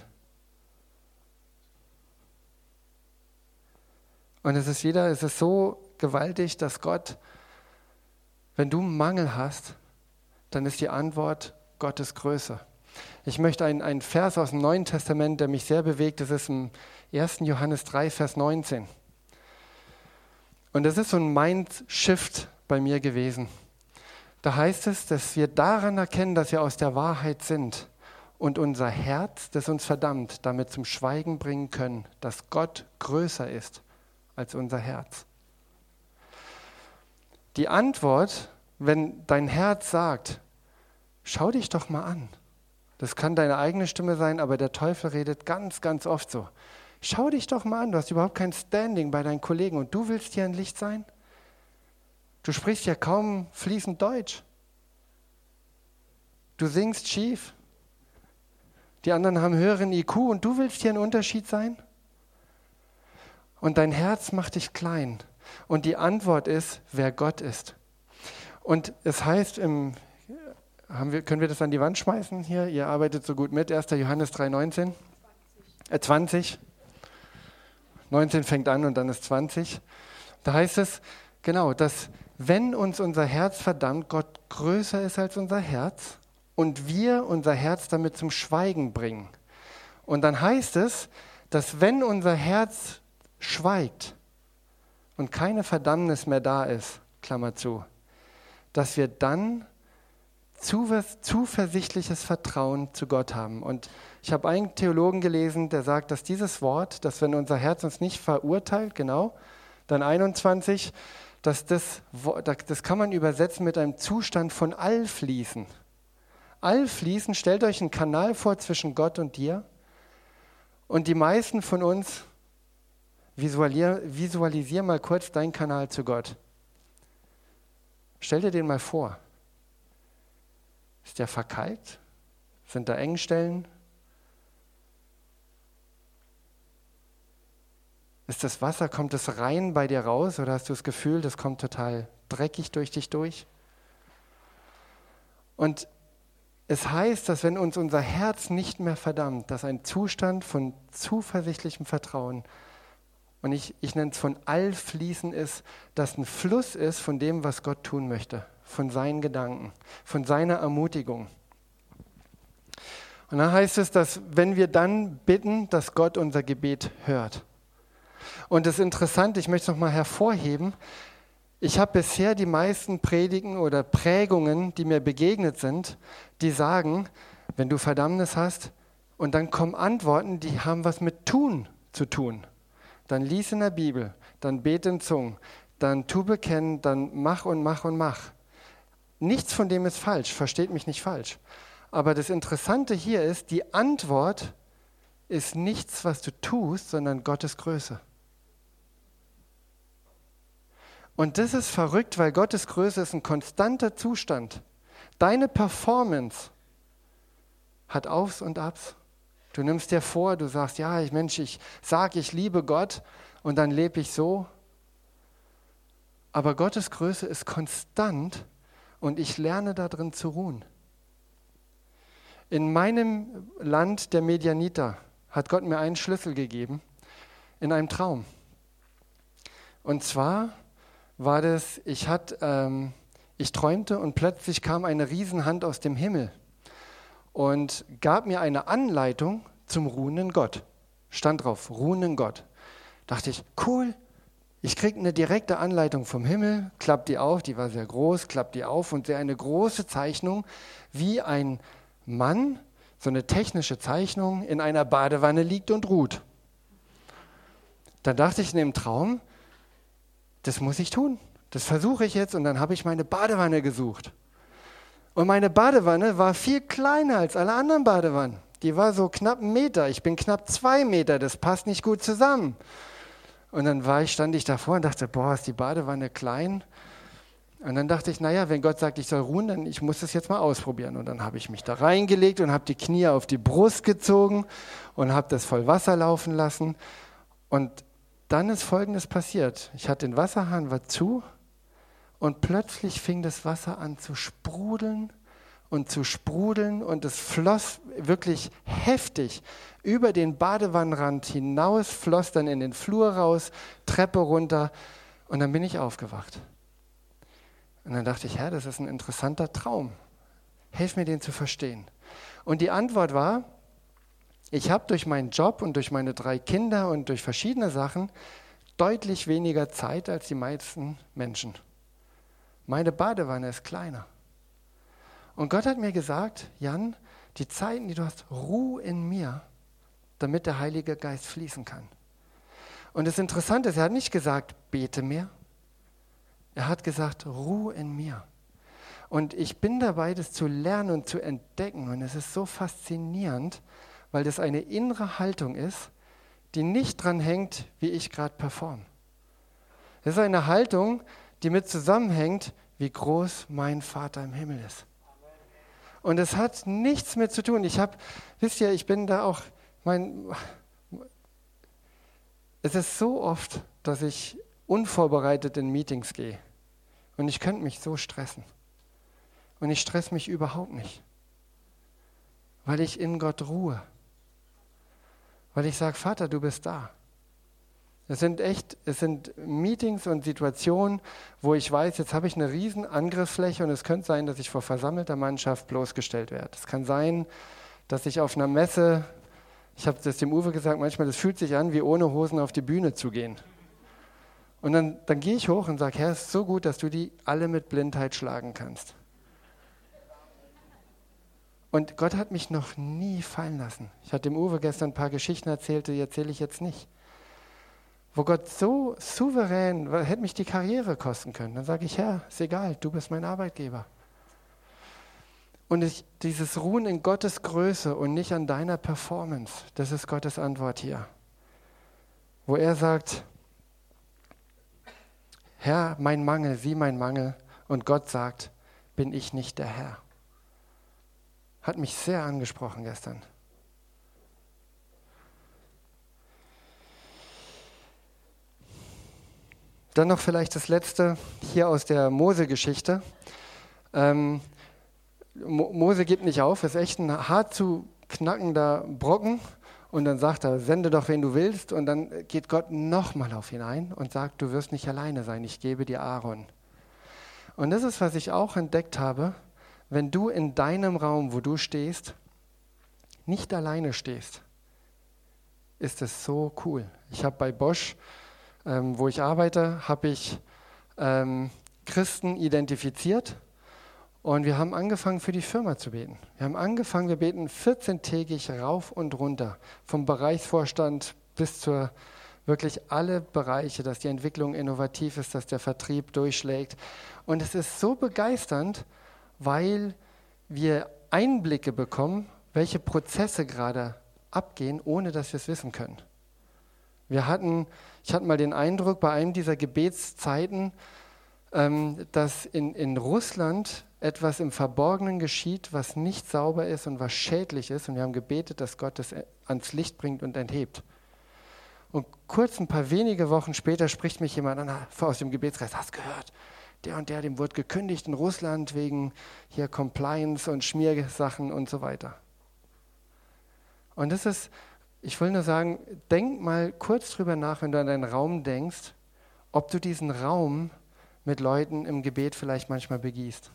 [SPEAKER 1] Und es ist wieder, es ist so gewaltig, dass Gott, wenn du Mangel hast, dann ist die Antwort Gottes Größe. Ich möchte einen, einen Vers aus dem Neuen Testament, der mich sehr bewegt, das ist im ersten Johannes drei, Vers neunzehn. Und das ist so ein Mind-Shift bei mir gewesen. Da heißt es, dass wir daran erkennen, dass wir aus der Wahrheit sind und unser Herz, das uns verdammt, damit zum Schweigen bringen können, dass Gott größer ist als unser Herz. Die Antwort, wenn dein Herz sagt, schau dich doch mal an. Das kann deine eigene Stimme sein, aber der Teufel redet ganz, ganz oft so. Schau dich doch mal an, du hast überhaupt kein Standing bei deinen Kollegen und du willst hier ein Licht sein? Du sprichst ja kaum fließend Deutsch. Du singst schief. Die anderen haben höheren I Q und du willst hier ein Unterschied sein? Und dein Herz macht dich klein. Und die Antwort ist, wer Gott ist. Und es heißt im Haben wir, können wir das an die Wand schmeißen hier? Ihr arbeitet so gut mit. erster Johannes drei, neunzehn. Äh, zwanzig. neunzehn fängt an und dann ist zwanzig. Da heißt es, genau, dass wenn uns unser Herz verdammt, Gott größer ist als unser Herz und wir unser Herz damit zum Schweigen bringen. Und dann heißt es, dass wenn unser Herz schweigt und keine Verdammnis mehr da ist, Klammer zu, dass wir dann zuversichtliches Vertrauen zu Gott haben. Und ich habe einen Theologen gelesen, der sagt, dass dieses Wort, dass wenn unser Herz uns nicht verurteilt, genau, dann einundzwanzig, dass das, das kann man übersetzen mit einem Zustand von Allfließen. Allfließen, stellt euch einen Kanal vor zwischen Gott und dir. Und die meisten von uns, visualisier, visualisier mal kurz deinen Kanal zu Gott. Stell dir den mal vor. Ist der verkalkt? Sind da Engstellen? Ist das Wasser, kommt es rein bei dir raus oder hast du das Gefühl, das kommt total dreckig durch dich durch? Und es heißt, dass wenn uns unser Herz nicht mehr verdammt, dass ein Zustand von zuversichtlichem Vertrauen, und ich, ich nenne es von Allfließen ist, dass ein Fluss ist von dem, was Gott tun möchte. von seinen Gedanken, von seiner Ermutigung. Und dann heißt es, dass wenn wir dann bitten, dass Gott unser Gebet hört. Und das Interessante, ich möchte es nochmal hervorheben, ich habe bisher die meisten Predigen oder Prägungen, die mir begegnet sind, die sagen, wenn du Verdammnis hast und dann kommen Antworten, die haben was mit Tun zu tun. Dann lies in der Bibel, dann bete in Zungen, dann tu bekennen, dann mach und mach und mach. Nichts von dem ist falsch, versteht mich nicht falsch. Aber das Interessante hier ist, die Antwort ist nichts, was du tust, sondern Gottes Größe. Und das ist verrückt, weil Gottes Größe ist ein konstanter Zustand. Deine Performance hat Aufs und Abs. Du nimmst dir vor, du sagst, ja, ich, Mensch, ich sage, ich liebe Gott und dann lebe ich so. Aber Gottes Größe ist konstant und ich lerne darin zu ruhen. In meinem Land der Medianiter hat Gott mir einen Schlüssel gegeben, in einem Traum. Und zwar war das, ich, hat, ähm, ich träumte und plötzlich kam eine Riesenhand aus dem Himmel und gab mir eine Anleitung zum ruhenden Gott. Stand drauf, ruhenden Gott. Dachte ich, cool, ich kriege eine direkte Anleitung vom Himmel, klapp die auf, die war sehr groß, klapp die auf und sehe eine große Zeichnung, wie ein Mann, so eine technische Zeichnung, in einer Badewanne liegt und ruht. Dann dachte ich in dem Traum, das muss ich tun, das versuche ich jetzt und dann habe ich meine Badewanne gesucht. Und meine Badewanne war viel kleiner als alle anderen Badewannen. Die war so knapp einen Meter, ich bin knapp zwei Meter, das passt nicht gut zusammen. Und dann war ich, stand ich davor und dachte, boah, ist die Badewanne klein. Und dann dachte ich, naja, wenn Gott sagt, ich soll ruhen, dann ich muss das jetzt mal ausprobieren. Und dann habe ich mich da reingelegt und habe die Knie auf die Brust gezogen und habe das voll Wasser laufen lassen. Und dann ist Folgendes passiert. Ich hatte den Wasserhahn war zu und plötzlich fing das Wasser an zu sprudeln und zu sprudeln und es floss wirklich heftig über den Badewannenrand hinaus, floss dann in den Flur raus, Treppe runter und dann bin ich aufgewacht. Und dann dachte ich, Herr, das ist ein interessanter Traum. Hilf mir, den zu verstehen. Und die Antwort war, ich habe durch meinen Job und durch meine drei Kinder und durch verschiedene Sachen deutlich weniger Zeit als die meisten Menschen. Meine Badewanne ist kleiner. Und Gott hat mir gesagt, Jan, die Zeiten, die du hast, ruh in mir, damit der Heilige Geist fließen kann. Und das Interessante ist, er hat nicht gesagt, bete mehr. Er hat gesagt, ruh in mir. Und ich bin dabei, das zu lernen und zu entdecken. Und es ist so faszinierend, weil das eine innere Haltung ist, die nicht dran hängt, wie ich gerade performe. Das ist eine Haltung, die mit zusammenhängt, wie groß mein Vater im Himmel ist. Und es hat nichts mit zu tun. Ich habe, wisst ihr, ich bin da auch, mein, es ist so oft, dass ich unvorbereitet in Meetings gehe. Und ich könnte mich so stressen. Und ich stress mich überhaupt nicht. Weil ich in Gott ruhe. Weil ich sage, Vater, du bist da. Es sind echt, es sind Meetings und Situationen, wo ich weiß, jetzt habe ich eine riesen Angriffsfläche und es könnte sein, dass ich vor versammelter Mannschaft bloßgestellt werde. Es kann sein, dass ich auf einer Messe, ich habe das dem Uwe gesagt, manchmal, das fühlt sich an, wie ohne Hosen auf die Bühne zu gehen. Und dann, dann gehe ich hoch und sage, Herr, es ist so gut, dass du die alle mit Blindheit schlagen kannst. Und Gott hat mich noch nie fallen lassen. Ich hatte dem Uwe gestern ein paar Geschichten erzählt, die erzähle ich jetzt nicht. Wo Gott so souverän, hätte mich die Karriere kosten können. Dann sage ich, Herr, ist egal, du bist mein Arbeitgeber. Und ich, dieses Ruhen in Gottes Größe und nicht an deiner Performance, das ist Gottes Antwort hier. Wo er sagt, Herr, mein Mangel, sieh mein Mangel. Und Gott sagt, bin ich nicht der Herr. Hat mich sehr angesprochen gestern. Dann noch vielleicht das Letzte hier aus der Mose-Geschichte. Ähm, Mo- Mose gibt nicht auf, ist echt ein hart zu knackender Brocken. Und dann sagt er, sende doch, wen du willst. Und dann geht Gott nochmal auf ihn ein und sagt, du wirst nicht alleine sein, ich gebe dir Aaron. Und das ist, was ich auch entdeckt habe, wenn du in deinem Raum, wo du stehst, nicht alleine stehst, ist es so cool. Ich habe bei Bosch, ähm, wo ich arbeite, habe ich ähm, Christen identifiziert und wir haben angefangen, für die Firma zu beten. Wir haben angefangen, wir beten vierzehntägig rauf und runter, vom Bereichsvorstand bis zur wirklich alle Bereiche, dass die Entwicklung innovativ ist, dass der Vertrieb durchschlägt. Und es ist so begeisternd, weil wir Einblicke bekommen, welche Prozesse gerade abgehen, ohne dass wir es wissen können. Wir hatten, ich hatte mal den Eindruck bei einem dieser Gebetszeiten, ähm, dass in, in Russland etwas im Verborgenen geschieht, was nicht sauber ist und was schädlich ist. Und wir haben gebetet, dass Gott es ans Licht bringt und enthebt. Und kurz ein paar wenige Wochen später spricht mich jemand an, aus dem Gebetskreis, hast du gehört? Der und der, dem wurde gekündigt in Russland wegen hier Compliance und Schmiersachen und so weiter. Und das ist, ich will nur sagen, denk mal kurz drüber nach, wenn du an deinen Raum denkst, ob du diesen Raum mit Leuten im Gebet vielleicht manchmal begießt.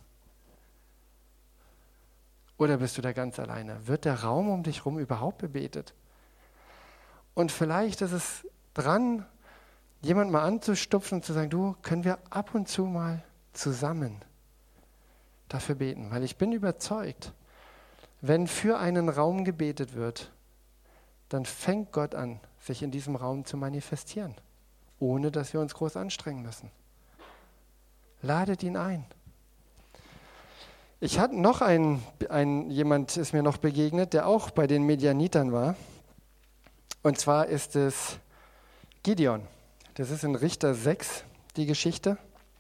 [SPEAKER 1] Oder bist du da ganz alleine? Wird der Raum um dich herum überhaupt bebetet? Und vielleicht ist es dran, jemand mal anzustupfen und zu sagen, du, können wir ab und zu mal zusammen dafür beten? Weil ich bin überzeugt, wenn für einen Raum gebetet wird, dann fängt Gott an, sich in diesem Raum zu manifestieren, ohne dass wir uns groß anstrengen müssen. Ladet ihn ein. Ich hatte noch einen, einen, jemand ist mir noch begegnet, der auch bei den Medianitern war. Und zwar ist es Gideon. Das ist in Richter sechs die Geschichte.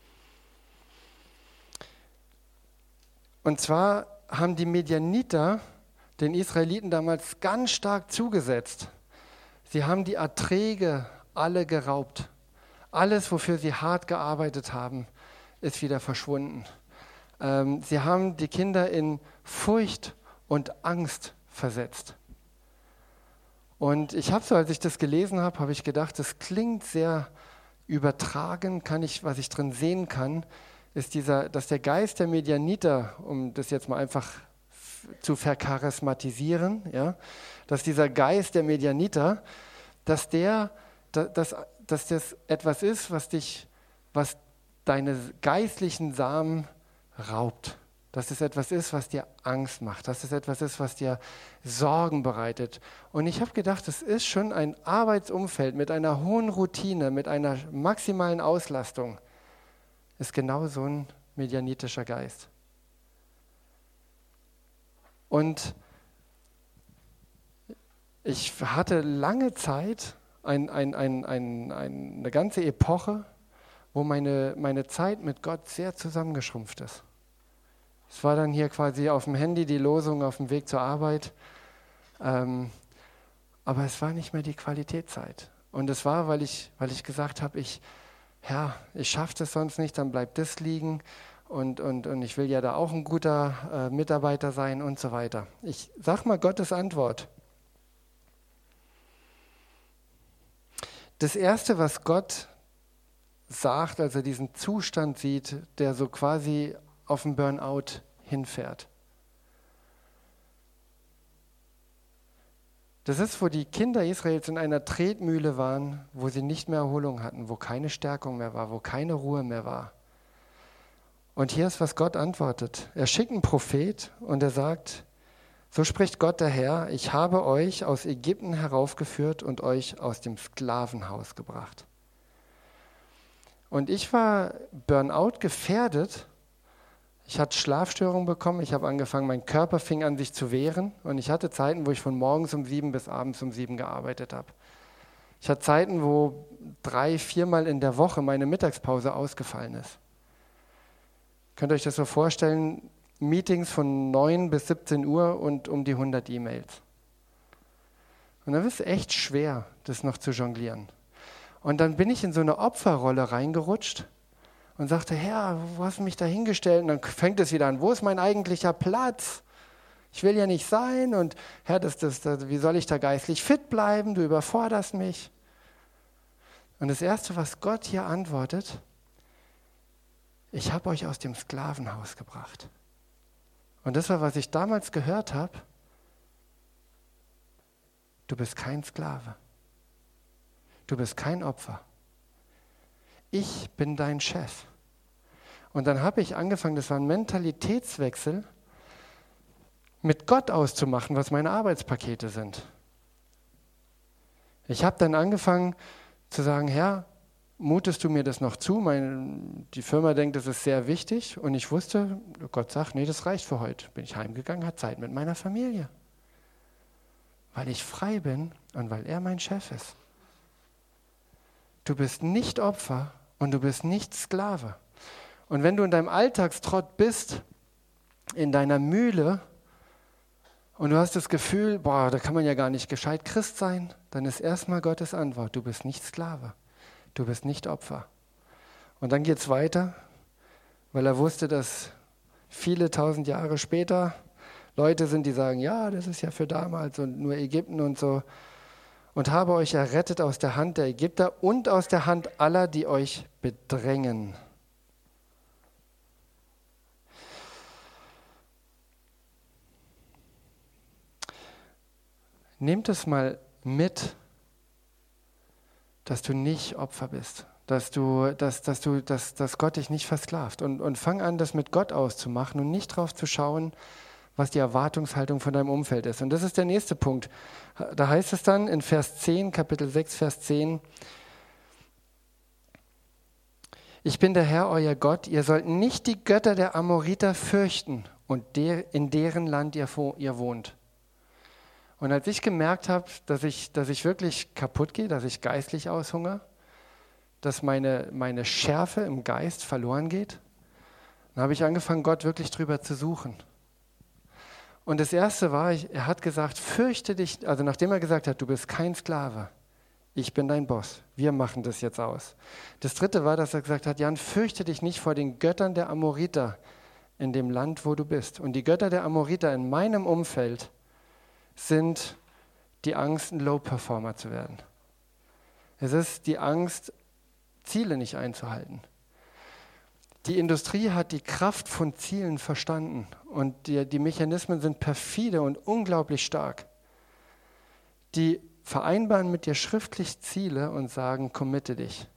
[SPEAKER 1] Und zwar haben die Medianiter den Israeliten damals ganz stark zugesetzt. Sie haben die Erträge alle geraubt. Alles, wofür sie hart gearbeitet haben, ist wieder verschwunden. Ähm, sie haben die Kinder in Furcht und Angst versetzt. Und ich habe so, als ich das gelesen habe, habe ich gedacht, das klingt sehr übertragen, kann ich, was ich drin sehen kann, ist dieser, dass der Geist der Medianiter, um das jetzt mal einfach f- zu vercharismatisieren, ja, dass dieser Geist der Medianiter, dass der, da- dass, dass das etwas ist, was dich, was deine geistlichen Samen raubt. Dass es etwas ist, was dir Angst macht, dass es etwas ist, was dir Sorgen bereitet. Und ich habe gedacht, es ist schon ein Arbeitsumfeld mit einer hohen Routine, mit einer maximalen Auslastung, ist genau so ein medianitischer Geist. Und ich hatte lange Zeit, ein, ein, ein, ein, eine ganze Epoche, wo meine, meine Zeit mit Gott sehr zusammengeschrumpft ist. Es war dann hier quasi auf dem Handy die Losung auf dem Weg zur Arbeit. Ähm, aber es war nicht mehr die Qualitätszeit. Und es war, weil ich, weil ich gesagt habe, ich, ja, ich schaffe das sonst nicht, dann bleibt das liegen. Und, und, und ich will ja da auch ein guter äh, Mitarbeiter sein und so weiter. Ich sag mal Gottes Antwort. Das Erste, was Gott sagt, als er diesen Zustand sieht, der so quasi auf den Burnout hinfährt. Das ist, wo die Kinder Israels in einer Tretmühle waren, wo sie nicht mehr Erholung hatten, wo keine Stärkung mehr war, wo keine Ruhe mehr war. Und hier ist, was Gott antwortet. Er schickt einen Prophet und er sagt, so spricht Gott der Herr, ich habe euch aus Ägypten heraufgeführt und euch aus dem Sklavenhaus gebracht. Und ich war Burnout gefährdet. Ich hatte Schlafstörungen bekommen, ich habe angefangen, mein Körper fing an, sich zu wehren. Und ich hatte Zeiten, wo ich von morgens um sieben bis abends um sieben gearbeitet habe. Ich hatte Zeiten, wo drei, viermal in der Woche meine Mittagspause ausgefallen ist. Könnt ihr euch das so vorstellen, Meetings von neun bis siebzehn Uhr und um die hundert E-Mails. Und dann ist es echt schwer, das noch zu jonglieren. Und dann bin ich in so eine Opferrolle reingerutscht und sagte, Herr, wo hast du mich da hingestellt? Und dann fängt es wieder an, wo ist mein eigentlicher Platz? Ich will ja nicht sein und Herr, das, das, das, wie soll ich da geistlich fit bleiben? Du überforderst mich. Und das Erste, was Gott hier antwortet, ich habe euch aus dem Sklavenhaus gebracht. Und das war, was ich damals gehört habe. Du bist kein Sklave. Du bist kein Opfer. Ich bin dein Chef. Und dann habe ich angefangen, das war ein Mentalitätswechsel, mit Gott auszumachen, was meine Arbeitspakete sind. Ich habe dann angefangen zu sagen, Herr, mutest du mir das noch zu? Meine, die Firma denkt, das ist sehr wichtig. Und ich wusste, Gott sagt, nee, das reicht für heute. Bin ich heimgegangen, hatte Zeit mit meiner Familie. Weil ich frei bin und weil er mein Chef ist. Du bist nicht Opfer und du bist nicht Sklave. Und wenn du in deinem Alltagstrott bist, in deiner Mühle, und du hast das Gefühl, boah, da kann man ja gar nicht gescheit Christ sein, dann ist erstmal Gottes Antwort, du bist nicht Sklave, du bist nicht Opfer. Und dann geht es weiter, weil er wusste, dass viele tausend Jahre später Leute sind, die sagen, ja, das ist ja für damals und nur Ägypten und so. Und habe euch errettet aus der Hand der Ägypter und aus der Hand aller, die euch bedrängen. Nehmt es mal mit, dass du nicht Opfer bist, dass, du, dass, dass, du, dass, dass Gott dich nicht versklavt. Und, und fang an, das mit Gott auszumachen und nicht drauf zu schauen, was die Erwartungshaltung von deinem Umfeld ist. Und das ist der nächste Punkt. Da heißt es dann in Vers zehn, Kapitel sechs, Vers zehn, ich bin der Herr, euer Gott, ihr sollt nicht die Götter der Amoriter fürchten und der, in deren Land ihr, ihr wohnt. Und als ich gemerkt habe, dass ich, dass ich wirklich kaputt gehe, dass ich geistlich aushungere, dass meine, meine Schärfe im Geist verloren geht, dann habe ich angefangen, Gott wirklich drüber zu suchen. Und das Erste war, ich, er hat gesagt, fürchte dich, also nachdem er gesagt hat, du bist kein Sklave, ich bin dein Boss, wir machen das jetzt aus. Das Dritte war, dass er gesagt hat, Jan, fürchte dich nicht vor den Göttern der Amoriter in dem Land, wo du bist. Und die Götter der Amoriter in meinem Umfeld sind die Angst, ein Low-Performer zu werden. Es ist die Angst, Ziele nicht einzuhalten. Die Industrie hat die Kraft von Zielen verstanden und die, die Mechanismen sind perfide und unglaublich stark. Die vereinbaren mit dir schriftlich Ziele und sagen, committe dich.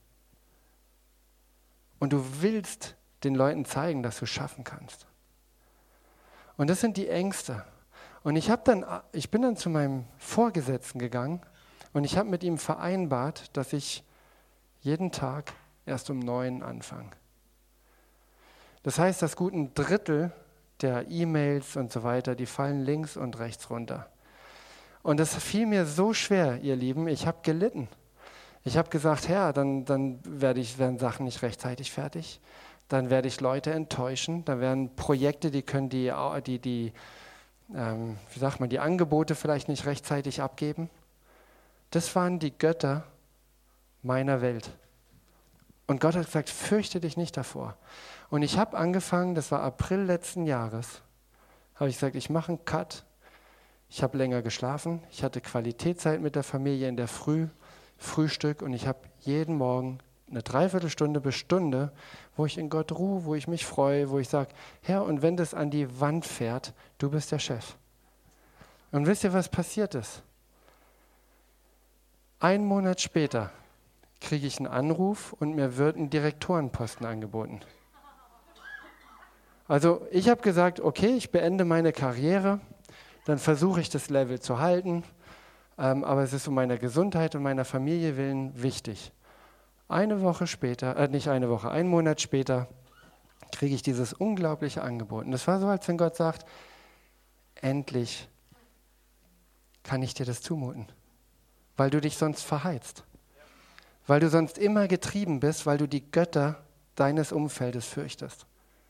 [SPEAKER 1] Und du willst den Leuten zeigen, dass du es schaffen kannst. Und das sind die Ängste. Und ich, hab dann, ich bin dann zu meinem Vorgesetzten gegangen und ich habe mit ihm vereinbart, dass ich jeden Tag erst um neun anfange. Das heißt, das gut ein Drittel der E-Mails und so weiter, die fallen links und rechts runter. Und das fiel mir so schwer, ihr Lieben, ich habe gelitten. Ich habe gesagt, Herr, dann, dann werde ich, werden Sachen nicht rechtzeitig fertig, dann werde ich Leute enttäuschen, dann werden Projekte, die können die, die, die ähm, wie sagt man, die Angebote vielleicht nicht rechtzeitig abgeben. Das waren die Götter meiner Welt. Und Gott hat gesagt, fürchte dich nicht davor. Und ich habe angefangen, das war April letzten Jahres, habe ich gesagt, ich mache einen Cut. Ich habe länger geschlafen, ich hatte Qualitätszeit mit der Familie in der Früh, Frühstück und ich habe jeden Morgen eine Dreiviertelstunde bis Stunde, wo ich in Gott ruhe, wo ich mich freue, wo ich sage, Herr, und wenn das an die Wand fährt, du bist der Chef. Und wisst ihr, was passiert ist? Ein Monat später kriege ich einen Anruf und mir wird ein Direktorenposten angeboten. Also ich habe gesagt, okay, ich beende meine Karriere, dann versuche ich das Level zu halten, ähm, aber es ist um meine Gesundheit und meiner Familie willen wichtig. Eine Woche später, äh, nicht eine Woche, einen Monat später kriege ich dieses unglaubliche Angebot. Und das war so, als wenn Gott sagt, endlich kann ich dir das zumuten, weil du dich sonst verheizt, weil du sonst immer getrieben bist, weil du die Götter deines Umfeldes fürchtest.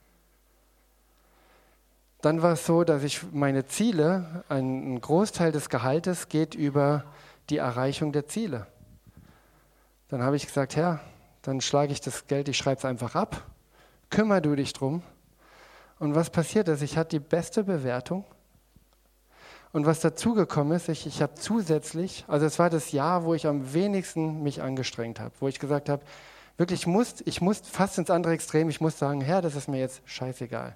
[SPEAKER 1] Dann war es so, dass ich meine Ziele, ein Großteil des Gehaltes geht über die Erreichung der Ziele. Dann habe ich gesagt, Herr, dann schlage ich das Geld, ich schreibe es einfach ab, kümmere du dich drum. Und was passiert ist, ich hatte die beste Bewertung. Und was dazugekommen ist, ich, ich habe zusätzlich, also es war das Jahr, wo ich am wenigsten mich angestrengt habe, wo ich gesagt habe, Wirklich, ich muss, ich muss fast ins andere Extrem, ich muss sagen, Herr, das ist mir jetzt scheißegal.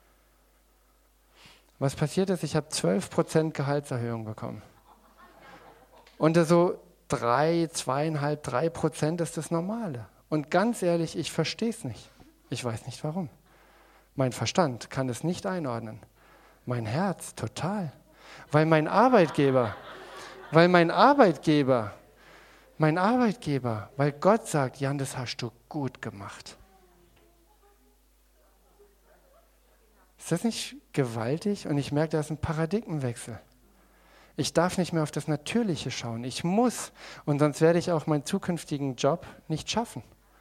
[SPEAKER 1] Was passiert ist, ich habe zwölf Prozent Gehaltserhöhung bekommen. Und so drei, zweieinhalb, drei Prozent ist das Normale. Und ganz ehrlich, ich verstehe es nicht. Ich weiß nicht warum. Mein Verstand kann es nicht einordnen. Mein Herz total. Weil mein Arbeitgeber, weil mein Arbeitgeber, mein Arbeitgeber, weil Gott sagt, Jan, das hast du gut gemacht. Ist das nicht gewaltig? Und ich merke, da ist ein Paradigmenwechsel. Ich darf nicht mehr auf das Natürliche schauen. Ich muss. Und sonst werde ich auch meinen zukünftigen Job nicht schaffen.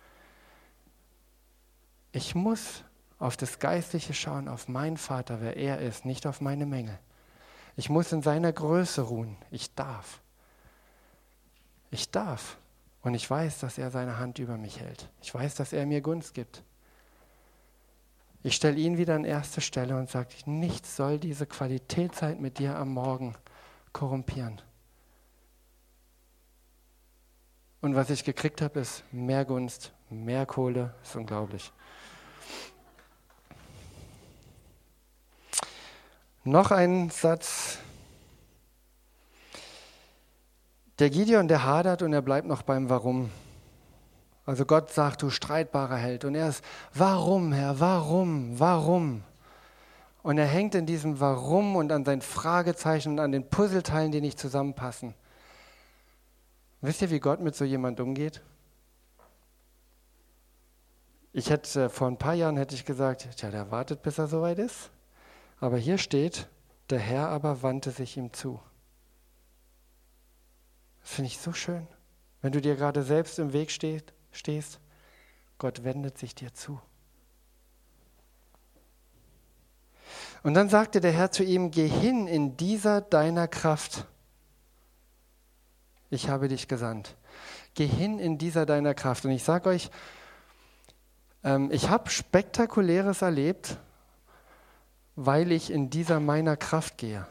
[SPEAKER 1] Ich muss auf das Geistliche schauen, auf meinen Vater, wer er ist, nicht auf meine Mängel. Ich muss in seiner Größe ruhen. Ich darf. Ich darf. Und ich weiß, dass er seine Hand über mich hält. Ich weiß, dass er mir Gunst gibt. Ich stelle ihn wieder an erste Stelle und sage, nichts soll diese Qualitätszeit mit dir am Morgen korrumpieren. Und was ich gekriegt habe, ist mehr Gunst, mehr Kohle. Das ist unglaublich. Noch ein Satz. Der Gideon, der hadert und er bleibt noch beim Warum. Also Gott sagt, du streitbarer Held. Und er ist, warum, Herr, warum, warum? Und er hängt in diesem Warum und an seinen Fragezeichen und an den Puzzleteilen, die nicht zusammenpassen. Wisst ihr, wie Gott mit so jemand umgeht? Ich hätte, vor ein paar Jahren hätte ich gesagt, tja, der wartet, bis er soweit ist. Aber hier steht, der Herr aber wandte sich ihm zu. Das finde ich so schön. Wenn du dir gerade selbst im Weg stehst, stehst, Gott wendet sich dir zu. Und dann sagte der Herr zu ihm, geh hin in dieser deiner Kraft. Ich habe dich gesandt. Geh hin in dieser deiner Kraft. Und ich sage euch, ähm, ich habe Spektakuläres erlebt, weil ich in dieser meiner Kraft gehe.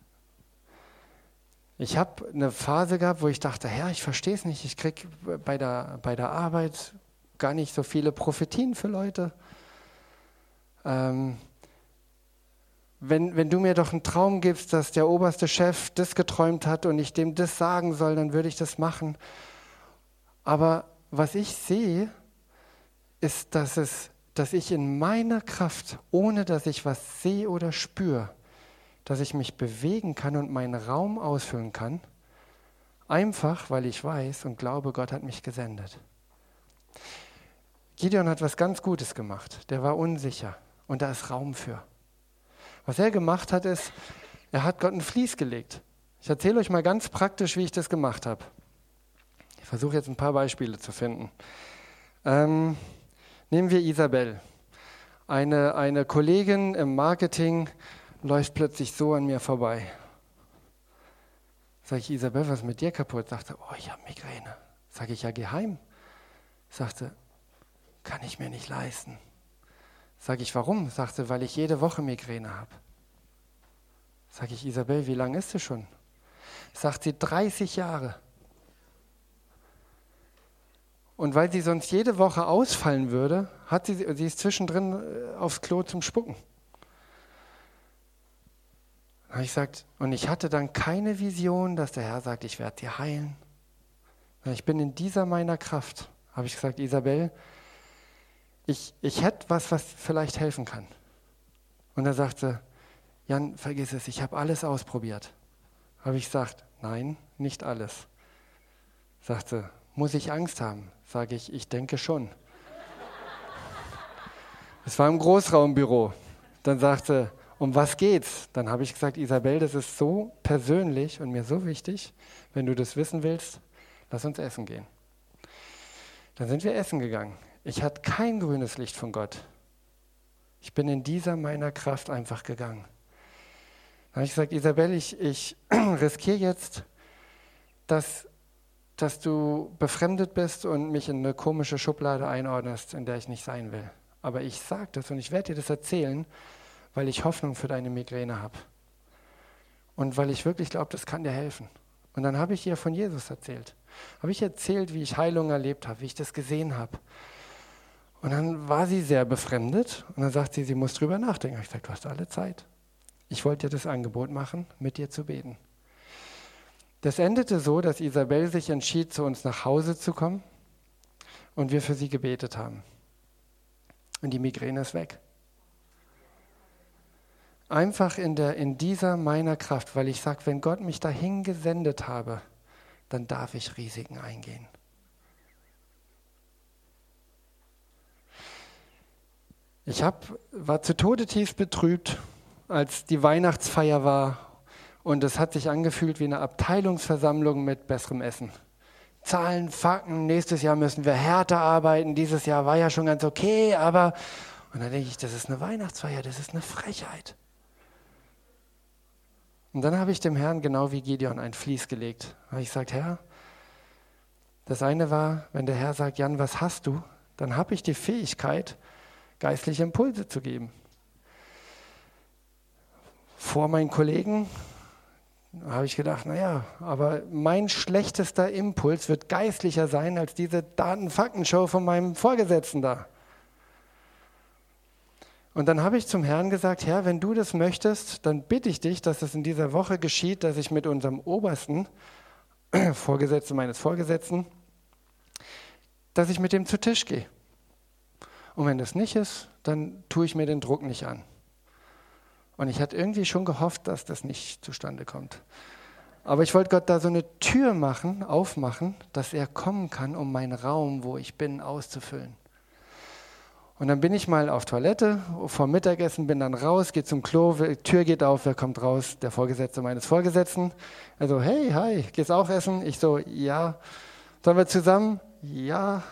[SPEAKER 1] Ich habe eine Phase gehabt, wo ich dachte, Herr, ich verstehe es nicht, ich kriege bei der, bei der Arbeit gar nicht so viele Prophetien für Leute. Ähm, wenn, wenn du mir doch einen Traum gibst, dass der oberste Chef das geträumt hat und ich dem das sagen soll, dann würde ich das machen. Aber was ich sehe, ist, dass, es, dass ich in meiner Kraft, ohne dass ich was sehe oder spüre, dass ich mich bewegen kann und meinen Raum ausfüllen kann, einfach, weil ich weiß und glaube, Gott hat mich gesendet. Gideon hat was ganz Gutes gemacht. Der war unsicher und da ist Raum für. Was er gemacht hat, ist, er hat Gott ein Vlies gelegt. Ich erzähle euch mal ganz praktisch, wie ich das gemacht habe. Ich versuche jetzt ein paar Beispiele zu finden. Ähm, nehmen wir Isabel. Eine, eine Kollegin im Marketing läuft plötzlich so an mir vorbei. Sag ich, Isabel, was ist mit dir kaputt? Sagte, oh, ich habe Migräne. Sag ich, ja, geheim. Sagte, kann ich mir nicht leisten. Sag ich, warum? Sagte, weil ich jede Woche Migräne habe. Sag ich, Isabel, wie lange ist sie schon? Sagt sie, dreißig Jahre. Und weil sie sonst jede Woche ausfallen würde, hat sie, sie ist zwischendrin aufs Klo zum Spucken. Da habe ich gesagt, und ich hatte dann keine Vision, dass der Herr sagt, ich werde sie heilen. Ich bin in dieser meiner Kraft. Habe ich gesagt, Isabel, ich, ich hätte was, was vielleicht helfen kann. Und er sagte, Jan, vergiss es, ich habe alles ausprobiert. Habe ich gesagt, nein, nicht alles. Sagte, muss ich Angst haben? Sage ich, ich denke schon. Es war im Großraumbüro. Dann sagte, um was geht's? Dann habe ich gesagt, Isabel, das ist so persönlich und mir so wichtig, wenn du das wissen willst, lass uns essen gehen. Dann sind wir essen gegangen. Ich hatte kein grünes Licht von Gott. Ich bin in dieser meiner Kraft einfach gegangen. Dann habe ich gesagt, Isabel, ich, ich riskiere jetzt, dass, dass du befremdet bist und mich in eine komische Schublade einordnest, in der ich nicht sein will. Aber ich sage das und ich werde dir das erzählen, weil ich Hoffnung für deine Migräne habe. Und weil ich wirklich glaube, das kann dir helfen. Und dann habe ich ihr von Jesus erzählt. Habe ich erzählt, wie ich Heilung erlebt habe, wie ich das gesehen habe. Und dann war sie sehr befremdet und dann sagt sie, sie muss drüber nachdenken. Ich sagte, du hast alle Zeit. Ich wollte dir das Angebot machen, mit dir zu beten. Das endete so, dass Isabel sich entschied, zu uns nach Hause zu kommen und wir für sie gebetet haben. Und die Migräne ist weg. Einfach in, der, in dieser meiner Kraft, weil ich sage, wenn Gott mich dahin gesendet habe, dann darf ich Risiken eingehen. Ich hab, war zu Tode tief betrübt, als die Weihnachtsfeier war und es hat sich angefühlt wie eine Abteilungsversammlung mit besserem Essen. Zahlen, Fakten, nächstes Jahr müssen wir härter arbeiten, dieses Jahr war ja schon ganz okay, aber... Und dann denke ich, das ist eine Weihnachtsfeier, das ist eine Frechheit. Und dann habe ich dem Herrn genau wie Gideon ein Vlies gelegt. Da habe ich gesagt, Herr, das eine war, wenn der Herr sagt, Jan, was hast du? Dann habe ich die Fähigkeit, geistliche Impulse zu geben. Vor meinen Kollegen habe ich gedacht, naja, aber mein schlechtester Impuls wird geistlicher sein als diese Daten-Fakten-Show von meinem Vorgesetzten da. Und dann habe ich zum Herrn gesagt, Herr, wenn du das möchtest, dann bitte ich dich, dass es in dieser Woche geschieht, dass ich mit unserem Obersten, Vorgesetzten meines Vorgesetzten, dass ich mit dem zu Tisch gehe. Und wenn das nicht ist, dann tue ich mir den Druck nicht an. Und ich hatte irgendwie schon gehofft, dass das nicht zustande kommt. Aber ich wollte Gott da so eine Tür machen, aufmachen, dass er kommen kann, um meinen Raum, wo ich bin, auszufüllen. Und dann bin ich mal auf Toilette, vor Mittagessen, bin dann raus, gehe zum Klo, Tür geht auf, wer kommt raus? Der Vorgesetzte meines Vorgesetzten. Also, hey, hi, geht's auch essen? Ich so, ja. Sollen wir zusammen? Ja.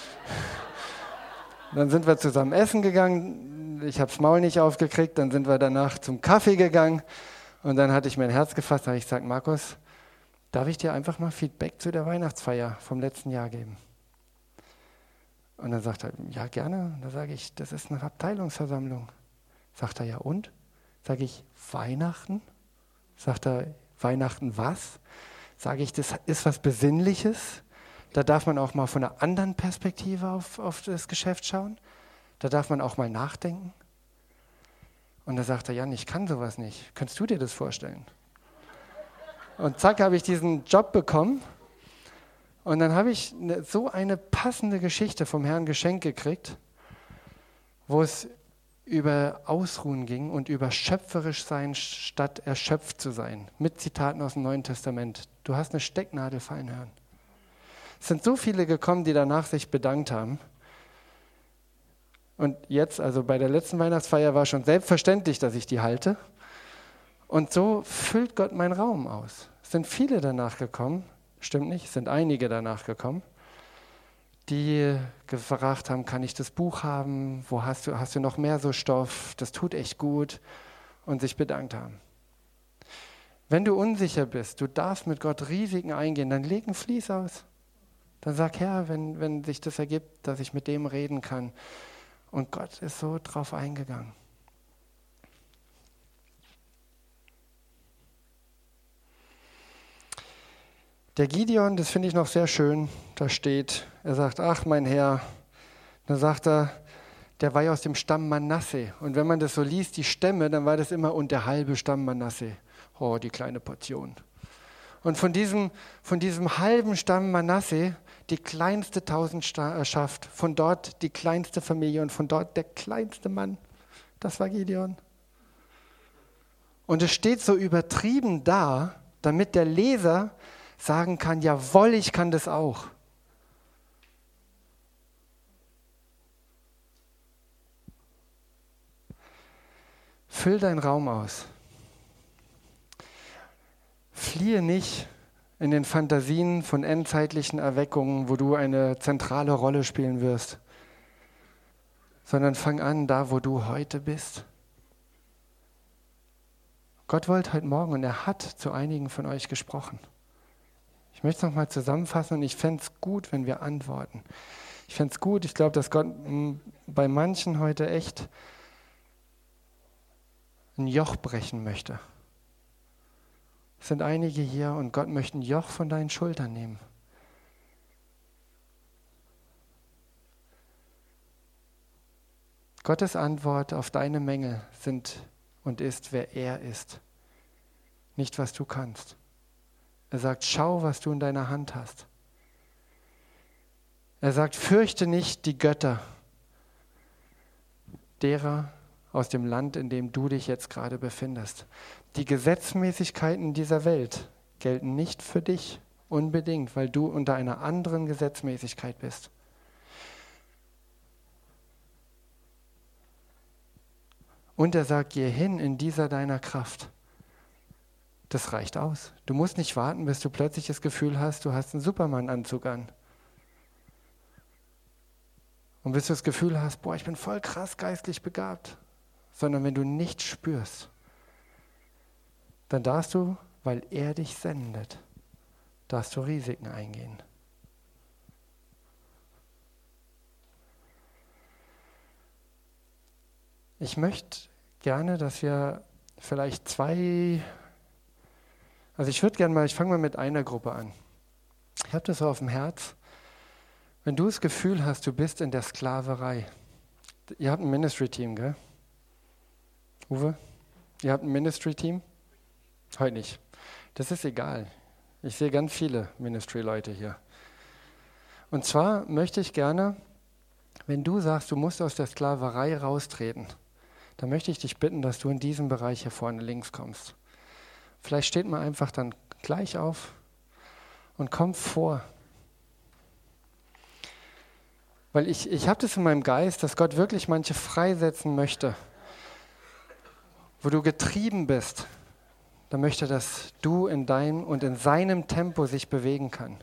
[SPEAKER 1] Dann sind wir zusammen essen gegangen. Ich habe das Maul nicht aufgekriegt. Dann sind wir danach zum Kaffee gegangen. Und dann hatte ich mir ein Herz gefasst. Da habe ich gesagt, Markus, darf ich dir einfach mal Feedback zu der Weihnachtsfeier vom letzten Jahr geben? Und dann sagt er, ja gerne. Und dann sage ich, das ist eine Abteilungsversammlung. Sagt er, ja und? Sage ich, Weihnachten? Sagt er, Weihnachten was? Sage ich, das ist was Besinnliches. Da darf man auch mal von einer anderen Perspektive auf, auf das Geschäft schauen. Da darf man auch mal nachdenken. Und da sagt er, Jan, ich kann sowas nicht. Könntest du dir das vorstellen? Und zack, habe ich diesen Job bekommen. Und dann habe ich eine, so eine passende Geschichte vom Herrn geschenkt gekriegt, wo es über Ausruhen ging und über schöpferisch sein, statt erschöpft zu sein. Mit Zitaten aus dem Neuen Testament. Du hast eine Stecknadel fallen hören. Es sind so viele gekommen, die danach sich bedankt haben. Und jetzt, also bei der letzten Weihnachtsfeier war schon selbstverständlich, dass ich die halte. Und so füllt Gott meinen Raum aus. Es sind viele danach gekommen, stimmt nicht, es sind einige danach gekommen, die gefragt haben, kann ich das Buch haben? Wo hast du, hast du noch mehr so Stoff? Das tut echt gut. Und sich bedankt haben. Wenn du unsicher bist, du darfst mit Gott Risiken eingehen, dann leg ein Vlies aus. Dann sag, Herr, wenn, wenn sich das ergibt, dass ich mit dem reden kann. Und Gott ist so drauf eingegangen. Der Gideon, das finde ich noch sehr schön, da steht, er sagt, ach mein Herr, dann sagt er, der war ja aus dem Stamm Manasse. Und wenn man das so liest, die Stämme, dann war das immer und der halbe Stamm Manasse. Oh, die kleine Portion. Und von diesem, von diesem halben Stamm Manasse, die kleinste Tausendschaft, von dort die kleinste Familie und von dort der kleinste Mann, das war Gideon. Und es steht so übertrieben da, damit der Leser sagen kann, jawohl, ich kann das auch. Füll deinen Raum aus. Fliehe nicht in den Fantasien von endzeitlichen Erweckungen, wo du eine zentrale Rolle spielen wirst, sondern fang an, da wo du heute bist. Gott wollte heute Morgen und er hat zu einigen von euch gesprochen. Ich möchte es nochmal zusammenfassen und ich fände es gut, wenn wir antworten. Ich fände es gut, ich glaube, dass Gott m, bei manchen heute echt ein Joch brechen möchte. Es sind einige hier und Gott möchte ein Joch von deinen Schultern nehmen. Gottes Antwort auf deine Mängel sind und ist, wer er ist, nicht was du kannst. Er sagt, schau, was du in deiner Hand hast. Er sagt, fürchte nicht die Götter derer aus dem Land, in dem du dich jetzt gerade befindest. Die Gesetzmäßigkeiten dieser Welt gelten nicht für dich unbedingt, weil du unter einer anderen Gesetzmäßigkeit bist. Und er sagt, geh hin in dieser deiner Kraft. Das reicht aus. Du musst nicht warten, bis du plötzlich das Gefühl hast, du hast einen Superman-Anzug an. Und bis du das Gefühl hast, boah, ich bin voll krass geistlich begabt. Sondern wenn du nichts spürst, dann darfst du, weil er dich sendet, darfst du Risiken eingehen. Ich möchte gerne, dass wir vielleicht zwei, also ich würde gerne mal, ich fange mal mit einer Gruppe an. Ich habe das so auf dem Herz. Wenn du das Gefühl hast, du bist in der Sklaverei, ihr habt ein Ministry-Team, gell? Uwe, ihr habt ein Ministry-Team? Heute nicht. Das ist egal. Ich sehe ganz viele Ministry-Leute hier. Und zwar möchte ich gerne, wenn du sagst, du musst aus der Sklaverei raustreten, dann möchte ich dich bitten, dass du in diesen Bereich hier vorne links kommst. Vielleicht steht man einfach dann gleich auf und kommt vor. Weil ich, ich habe das in meinem Geist, dass Gott wirklich manche freisetzen möchte. Wo du getrieben bist, dann möchte er, dass du in deinem und in seinem Tempo sich bewegen kann.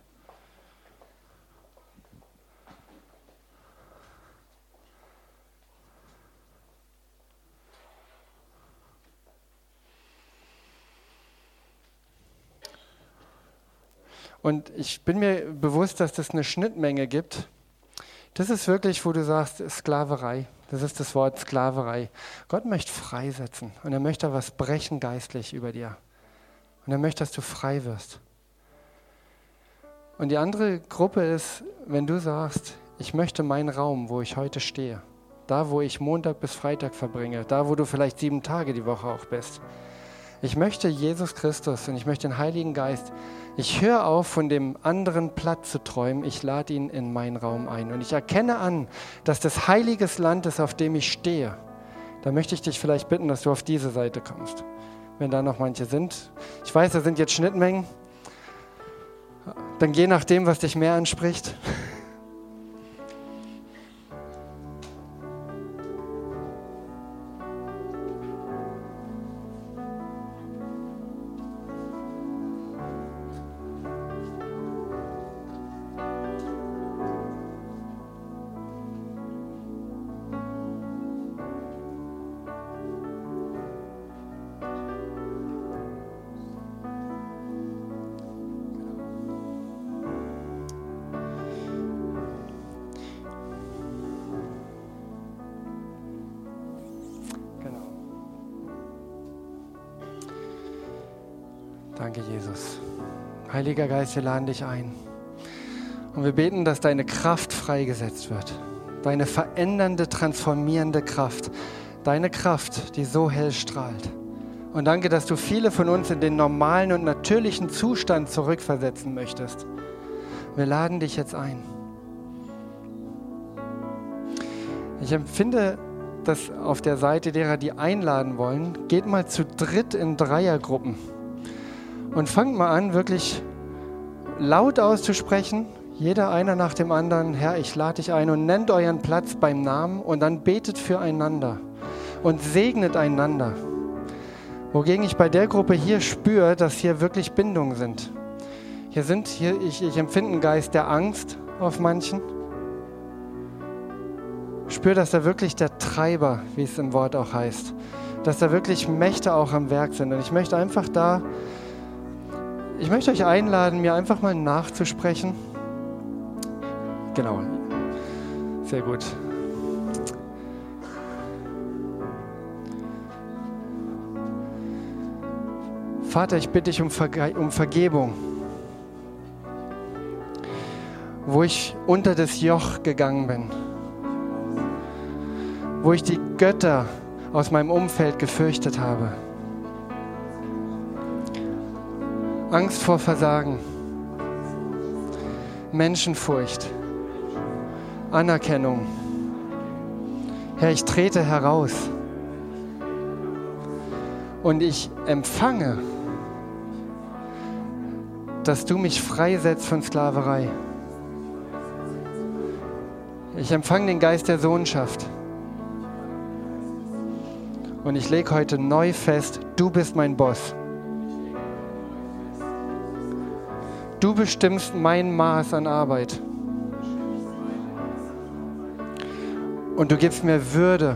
[SPEAKER 1] Und ich bin mir bewusst, dass es eine Schnittmenge gibt. Das ist wirklich, wo du sagst, Sklaverei. Das ist das Wort Sklaverei. Gott möchte freisetzen und er möchte was brechen geistlich über dir. Und er möchte, dass du frei wirst. Und die andere Gruppe ist, wenn du sagst, ich möchte meinen Raum, wo ich heute stehe, da, wo ich Montag bis Freitag verbringe, da, wo du vielleicht sieben Tage die Woche auch bist. Ich möchte Jesus Christus und ich möchte den Heiligen Geist. Ich höre auf, von dem anderen Platz zu träumen. Ich lade ihn in meinen Raum ein. Und ich erkenne an, dass das heiliges Land ist, auf dem ich stehe. Da möchte ich dich vielleicht bitten, dass du auf diese Seite kommst. Wenn da noch manche sind. Ich weiß, da sind jetzt Schnittmengen. Dann geh nach dem, was dich mehr anspricht. Danke, Jesus. Heiliger Geist, wir laden dich ein. Und wir beten, dass deine Kraft freigesetzt wird. Deine verändernde, transformierende Kraft. Deine Kraft, die so hell strahlt. Und danke, dass du viele von uns in den normalen und natürlichen Zustand zurückversetzen möchtest. Wir laden dich jetzt ein. Ich empfinde, dass auf der Seite derer, die einladen wollen, geht mal zu dritt in Dreiergruppen. Und fangt mal an, wirklich laut auszusprechen, jeder einer nach dem anderen, Herr, ich lade dich ein und nennt euren Platz beim Namen und dann betet füreinander und segnet einander. Wogegen ich bei der Gruppe hier spüre, dass hier wirklich Bindungen sind. Hier sind, hier, ich, ich empfinde einen Geist der Angst auf manchen. Ich spüre, dass da wirklich der Treiber, wie es im Wort auch heißt, dass da wirklich Mächte auch am Werk sind. Und ich möchte einfach da Ich möchte euch einladen, mir einfach mal nachzusprechen. Genau, sehr gut. Vater, ich bitte dich um, Verge- um Vergebung, wo ich unter das Joch gegangen bin, wo ich die Götter aus meinem Umfeld gefürchtet habe. Angst vor Versagen, Menschenfurcht, Anerkennung. Herr, ich trete heraus und ich empfange, dass du mich freisetzt von Sklaverei. Ich empfange den Geist der Sohnschaft. Und ich lege heute neu fest, du bist mein Boss. Du bestimmst mein Maß an Arbeit. Und du gibst mir Würde.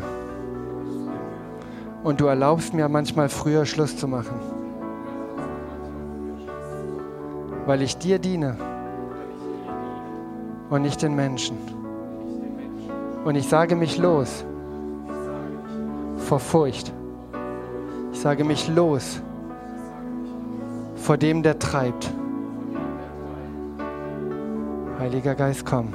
[SPEAKER 1] Und du erlaubst mir manchmal früher Schluss zu machen. Weil ich dir diene und nicht den Menschen. Und ich sage mich los vor Furcht. Ich sage mich los vor dem, der treibt. Heiliger Geist, komm.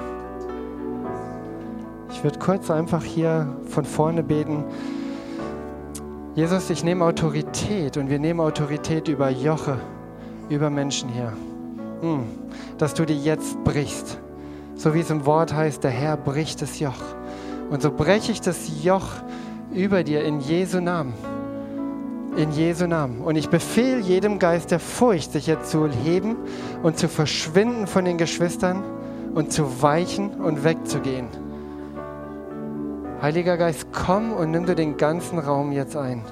[SPEAKER 1] Ich würde kurz einfach hier von vorne beten. Jesus, ich nehme Autorität und wir nehmen Autorität über Joche, über Menschen hier. Hm, dass du die jetzt brichst. So wie es im Wort heißt, der Herr bricht das Joch. Und so breche ich das Joch über dir in Jesu Namen. In Jesu Namen. Und ich befehle jedem Geist der Furcht, sich jetzt zu heben und zu verschwinden von den Geschwistern und zu weichen und wegzugehen. Heiliger Geist, komm und nimm du den ganzen Raum jetzt ein.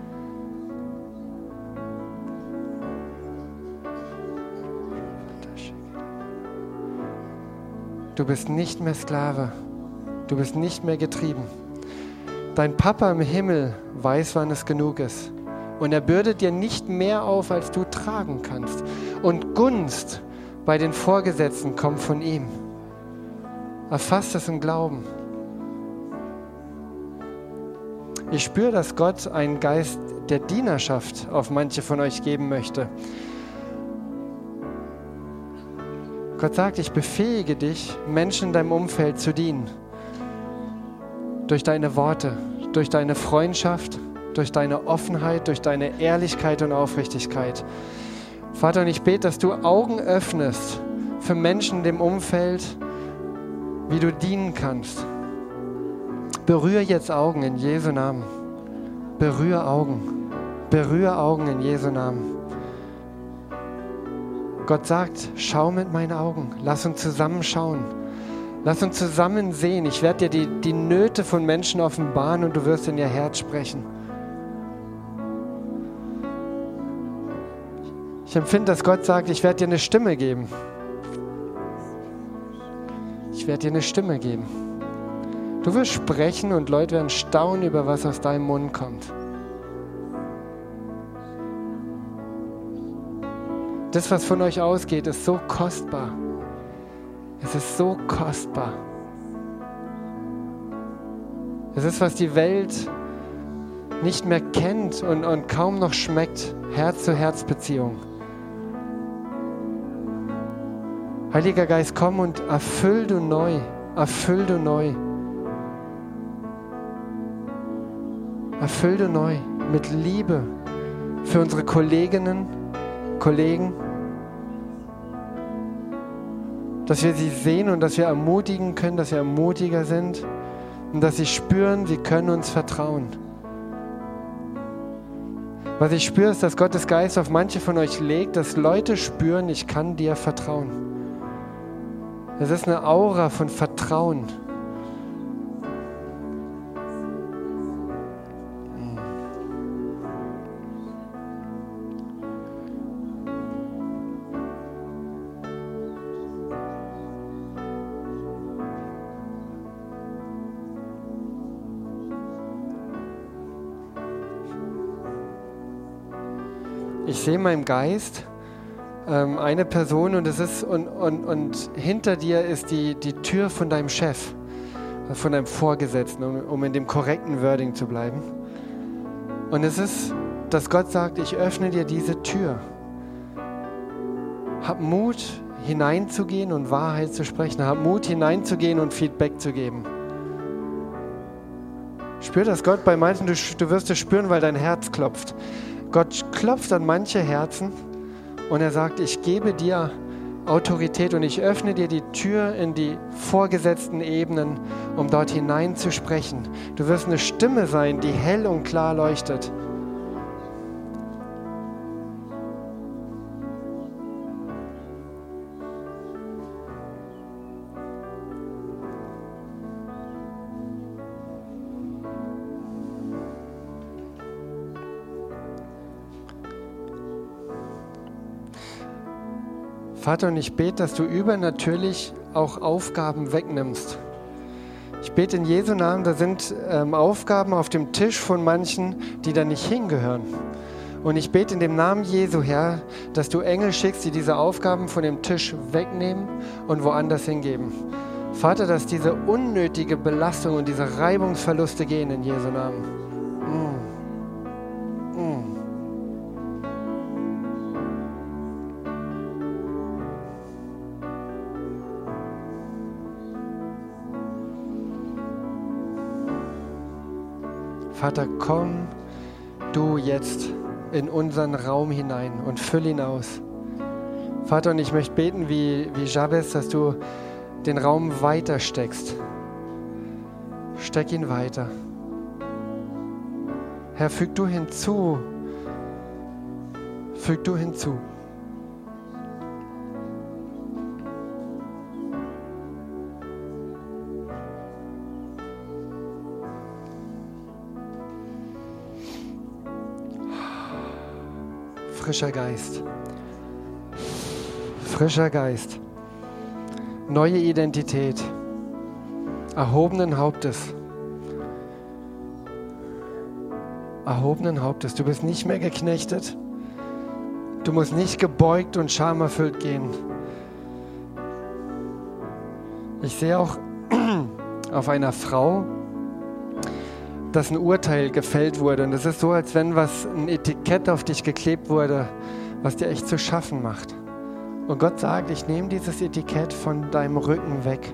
[SPEAKER 1] Du bist nicht mehr Sklave. Du bist nicht mehr getrieben. Dein Papa im Himmel weiß, wann es genug ist. Und er bürdet dir nicht mehr auf, als du tragen kannst. Und Gunst bei den Vorgesetzten kommt von ihm. Erfasst es im Glauben. Ich spüre, dass Gott einen Geist der Dienerschaft auf manche von euch geben möchte. Gott sagt, ich befähige dich, Menschen in deinem Umfeld zu dienen. Durch deine Worte, durch deine Freundschaft, durch deine Offenheit, durch deine Ehrlichkeit und Aufrichtigkeit. Vater, und ich bete, dass du Augen öffnest für Menschen in dem Umfeld, wie du dienen kannst. Berühre jetzt Augen in Jesu Namen. Berühre Augen. Berühre Augen in Jesu Namen. Gott sagt, schau mit meinen Augen. Lass uns zusammen schauen. Lass uns zusammen sehen. Ich werde dir die, die Nöte von Menschen offenbaren und du wirst in ihr Herz sprechen. Ich empfinde, dass Gott sagt, ich werde dir eine Stimme geben. Ich werde dir eine Stimme geben. Du wirst sprechen und Leute werden staunen über was aus deinem Mund kommt. Das, was von euch ausgeht, ist so kostbar. Es ist so kostbar. Es ist, was die Welt nicht mehr kennt und, und kaum noch schmeckt. Herz-zu-Herz-Beziehung. Heiliger Geist, komm und erfüll du neu. Erfüll du neu. Erfüll du neu mit Liebe für unsere Kolleginnen, Kollegen, dass wir sie sehen und dass wir ermutigen können, dass wir Ermutiger sind und dass sie spüren, sie können uns vertrauen. Was ich spüre, ist, dass Gottes Geist auf manche von euch legt, dass Leute spüren, ich kann dir vertrauen. Es ist eine Aura von Vertrauen. Ich sehe in meinem Geist ähm, eine Person und es ist und, und, und hinter dir ist die, die Tür von deinem Chef, von deinem Vorgesetzten, um, um in dem korrekten Wording zu bleiben. Und es ist dass Gott sagt, ich öffne dir diese Tür. Hab Mut, hineinzugehen und Wahrheit zu sprechen. Hab Mut, hineinzugehen und Feedback zu geben. Spür das Gott bei manchen, du, du wirst es spüren, weil dein Herz klopft. Gott klopft an manche Herzen und er sagt, ich gebe dir Autorität und ich öffne dir die Tür in die vorgesetzten Ebenen, um dort hinein zu sprechen. Du wirst eine Stimme sein, die hell und klar leuchtet. Vater, und ich bete, dass du übernatürlich auch Aufgaben wegnimmst. Ich bete in Jesu Namen, da sind ähm, Aufgaben auf dem Tisch von manchen, die da nicht hingehören. Und ich bete in dem Namen Jesu, Herr, dass du Engel schickst, die diese Aufgaben von dem Tisch wegnehmen und woanders hingeben. Vater, dass diese unnötige Belastung und diese Reibungsverluste gehen in Jesu Namen. Mm. Mm. Vater, komm du jetzt in unseren Raum hinein und füll ihn aus. Vater, und ich möchte beten wie, wie Jabez, dass du den Raum weiter steckst. Steck ihn weiter. Herr, füg du hinzu. Füg du hinzu. Frischer Geist. Frischer Geist. Neue Identität. Erhobenen Hauptes. Erhobenen Hauptes. Du bist nicht mehr geknechtet. Du musst nicht gebeugt und schamerfüllt gehen. Ich sehe auch auf einer Frau, dass ein Urteil gefällt wurde. Und es ist so, als wenn was ein Etikett auf dich geklebt wurde, was dir echt zu schaffen macht. Und Gott sagt, ich nehme dieses Etikett von deinem Rücken weg.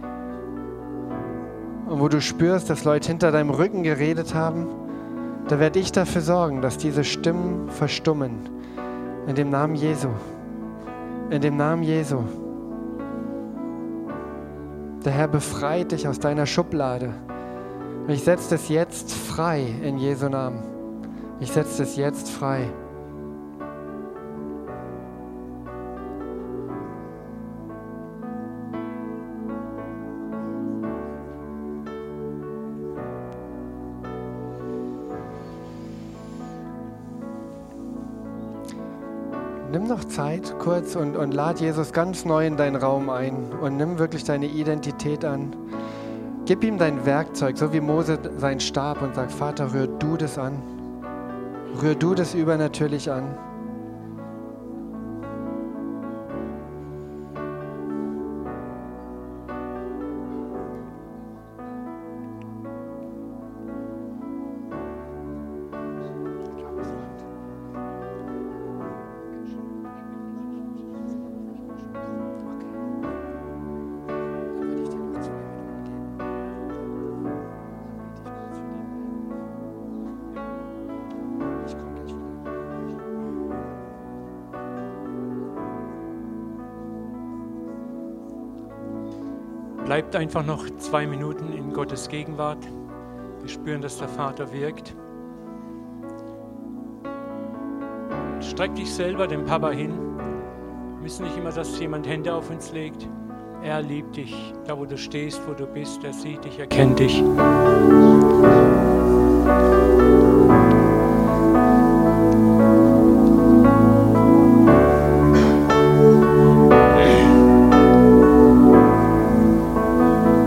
[SPEAKER 1] Und wo du spürst, dass Leute hinter deinem Rücken geredet haben, da werde ich dafür sorgen, dass diese Stimmen verstummen. In dem Namen Jesu. In dem Namen Jesu. Der Herr befreit dich aus deiner Schublade. Ich setze das jetzt frei in Jesu Namen. Ich setze das jetzt frei. Nimm noch Zeit kurz und, und lad Jesus ganz neu in deinen Raum ein und nimm wirklich deine Identität an. Gib ihm dein Werkzeug, so wie Mose seinen Stab, und sag, Vater, rühr du das an. Rühr du das übernatürlich an.
[SPEAKER 2] Bleibt einfach noch zwei Minuten in Gottes Gegenwart. Wir spüren, dass der Vater wirkt. Streck dich selber dem Papa hin. Wir müssen nicht immer, dass jemand Hände auf uns legt. Er liebt dich, da wo du stehst, wo du bist. Er sieht dich, er kennt dich.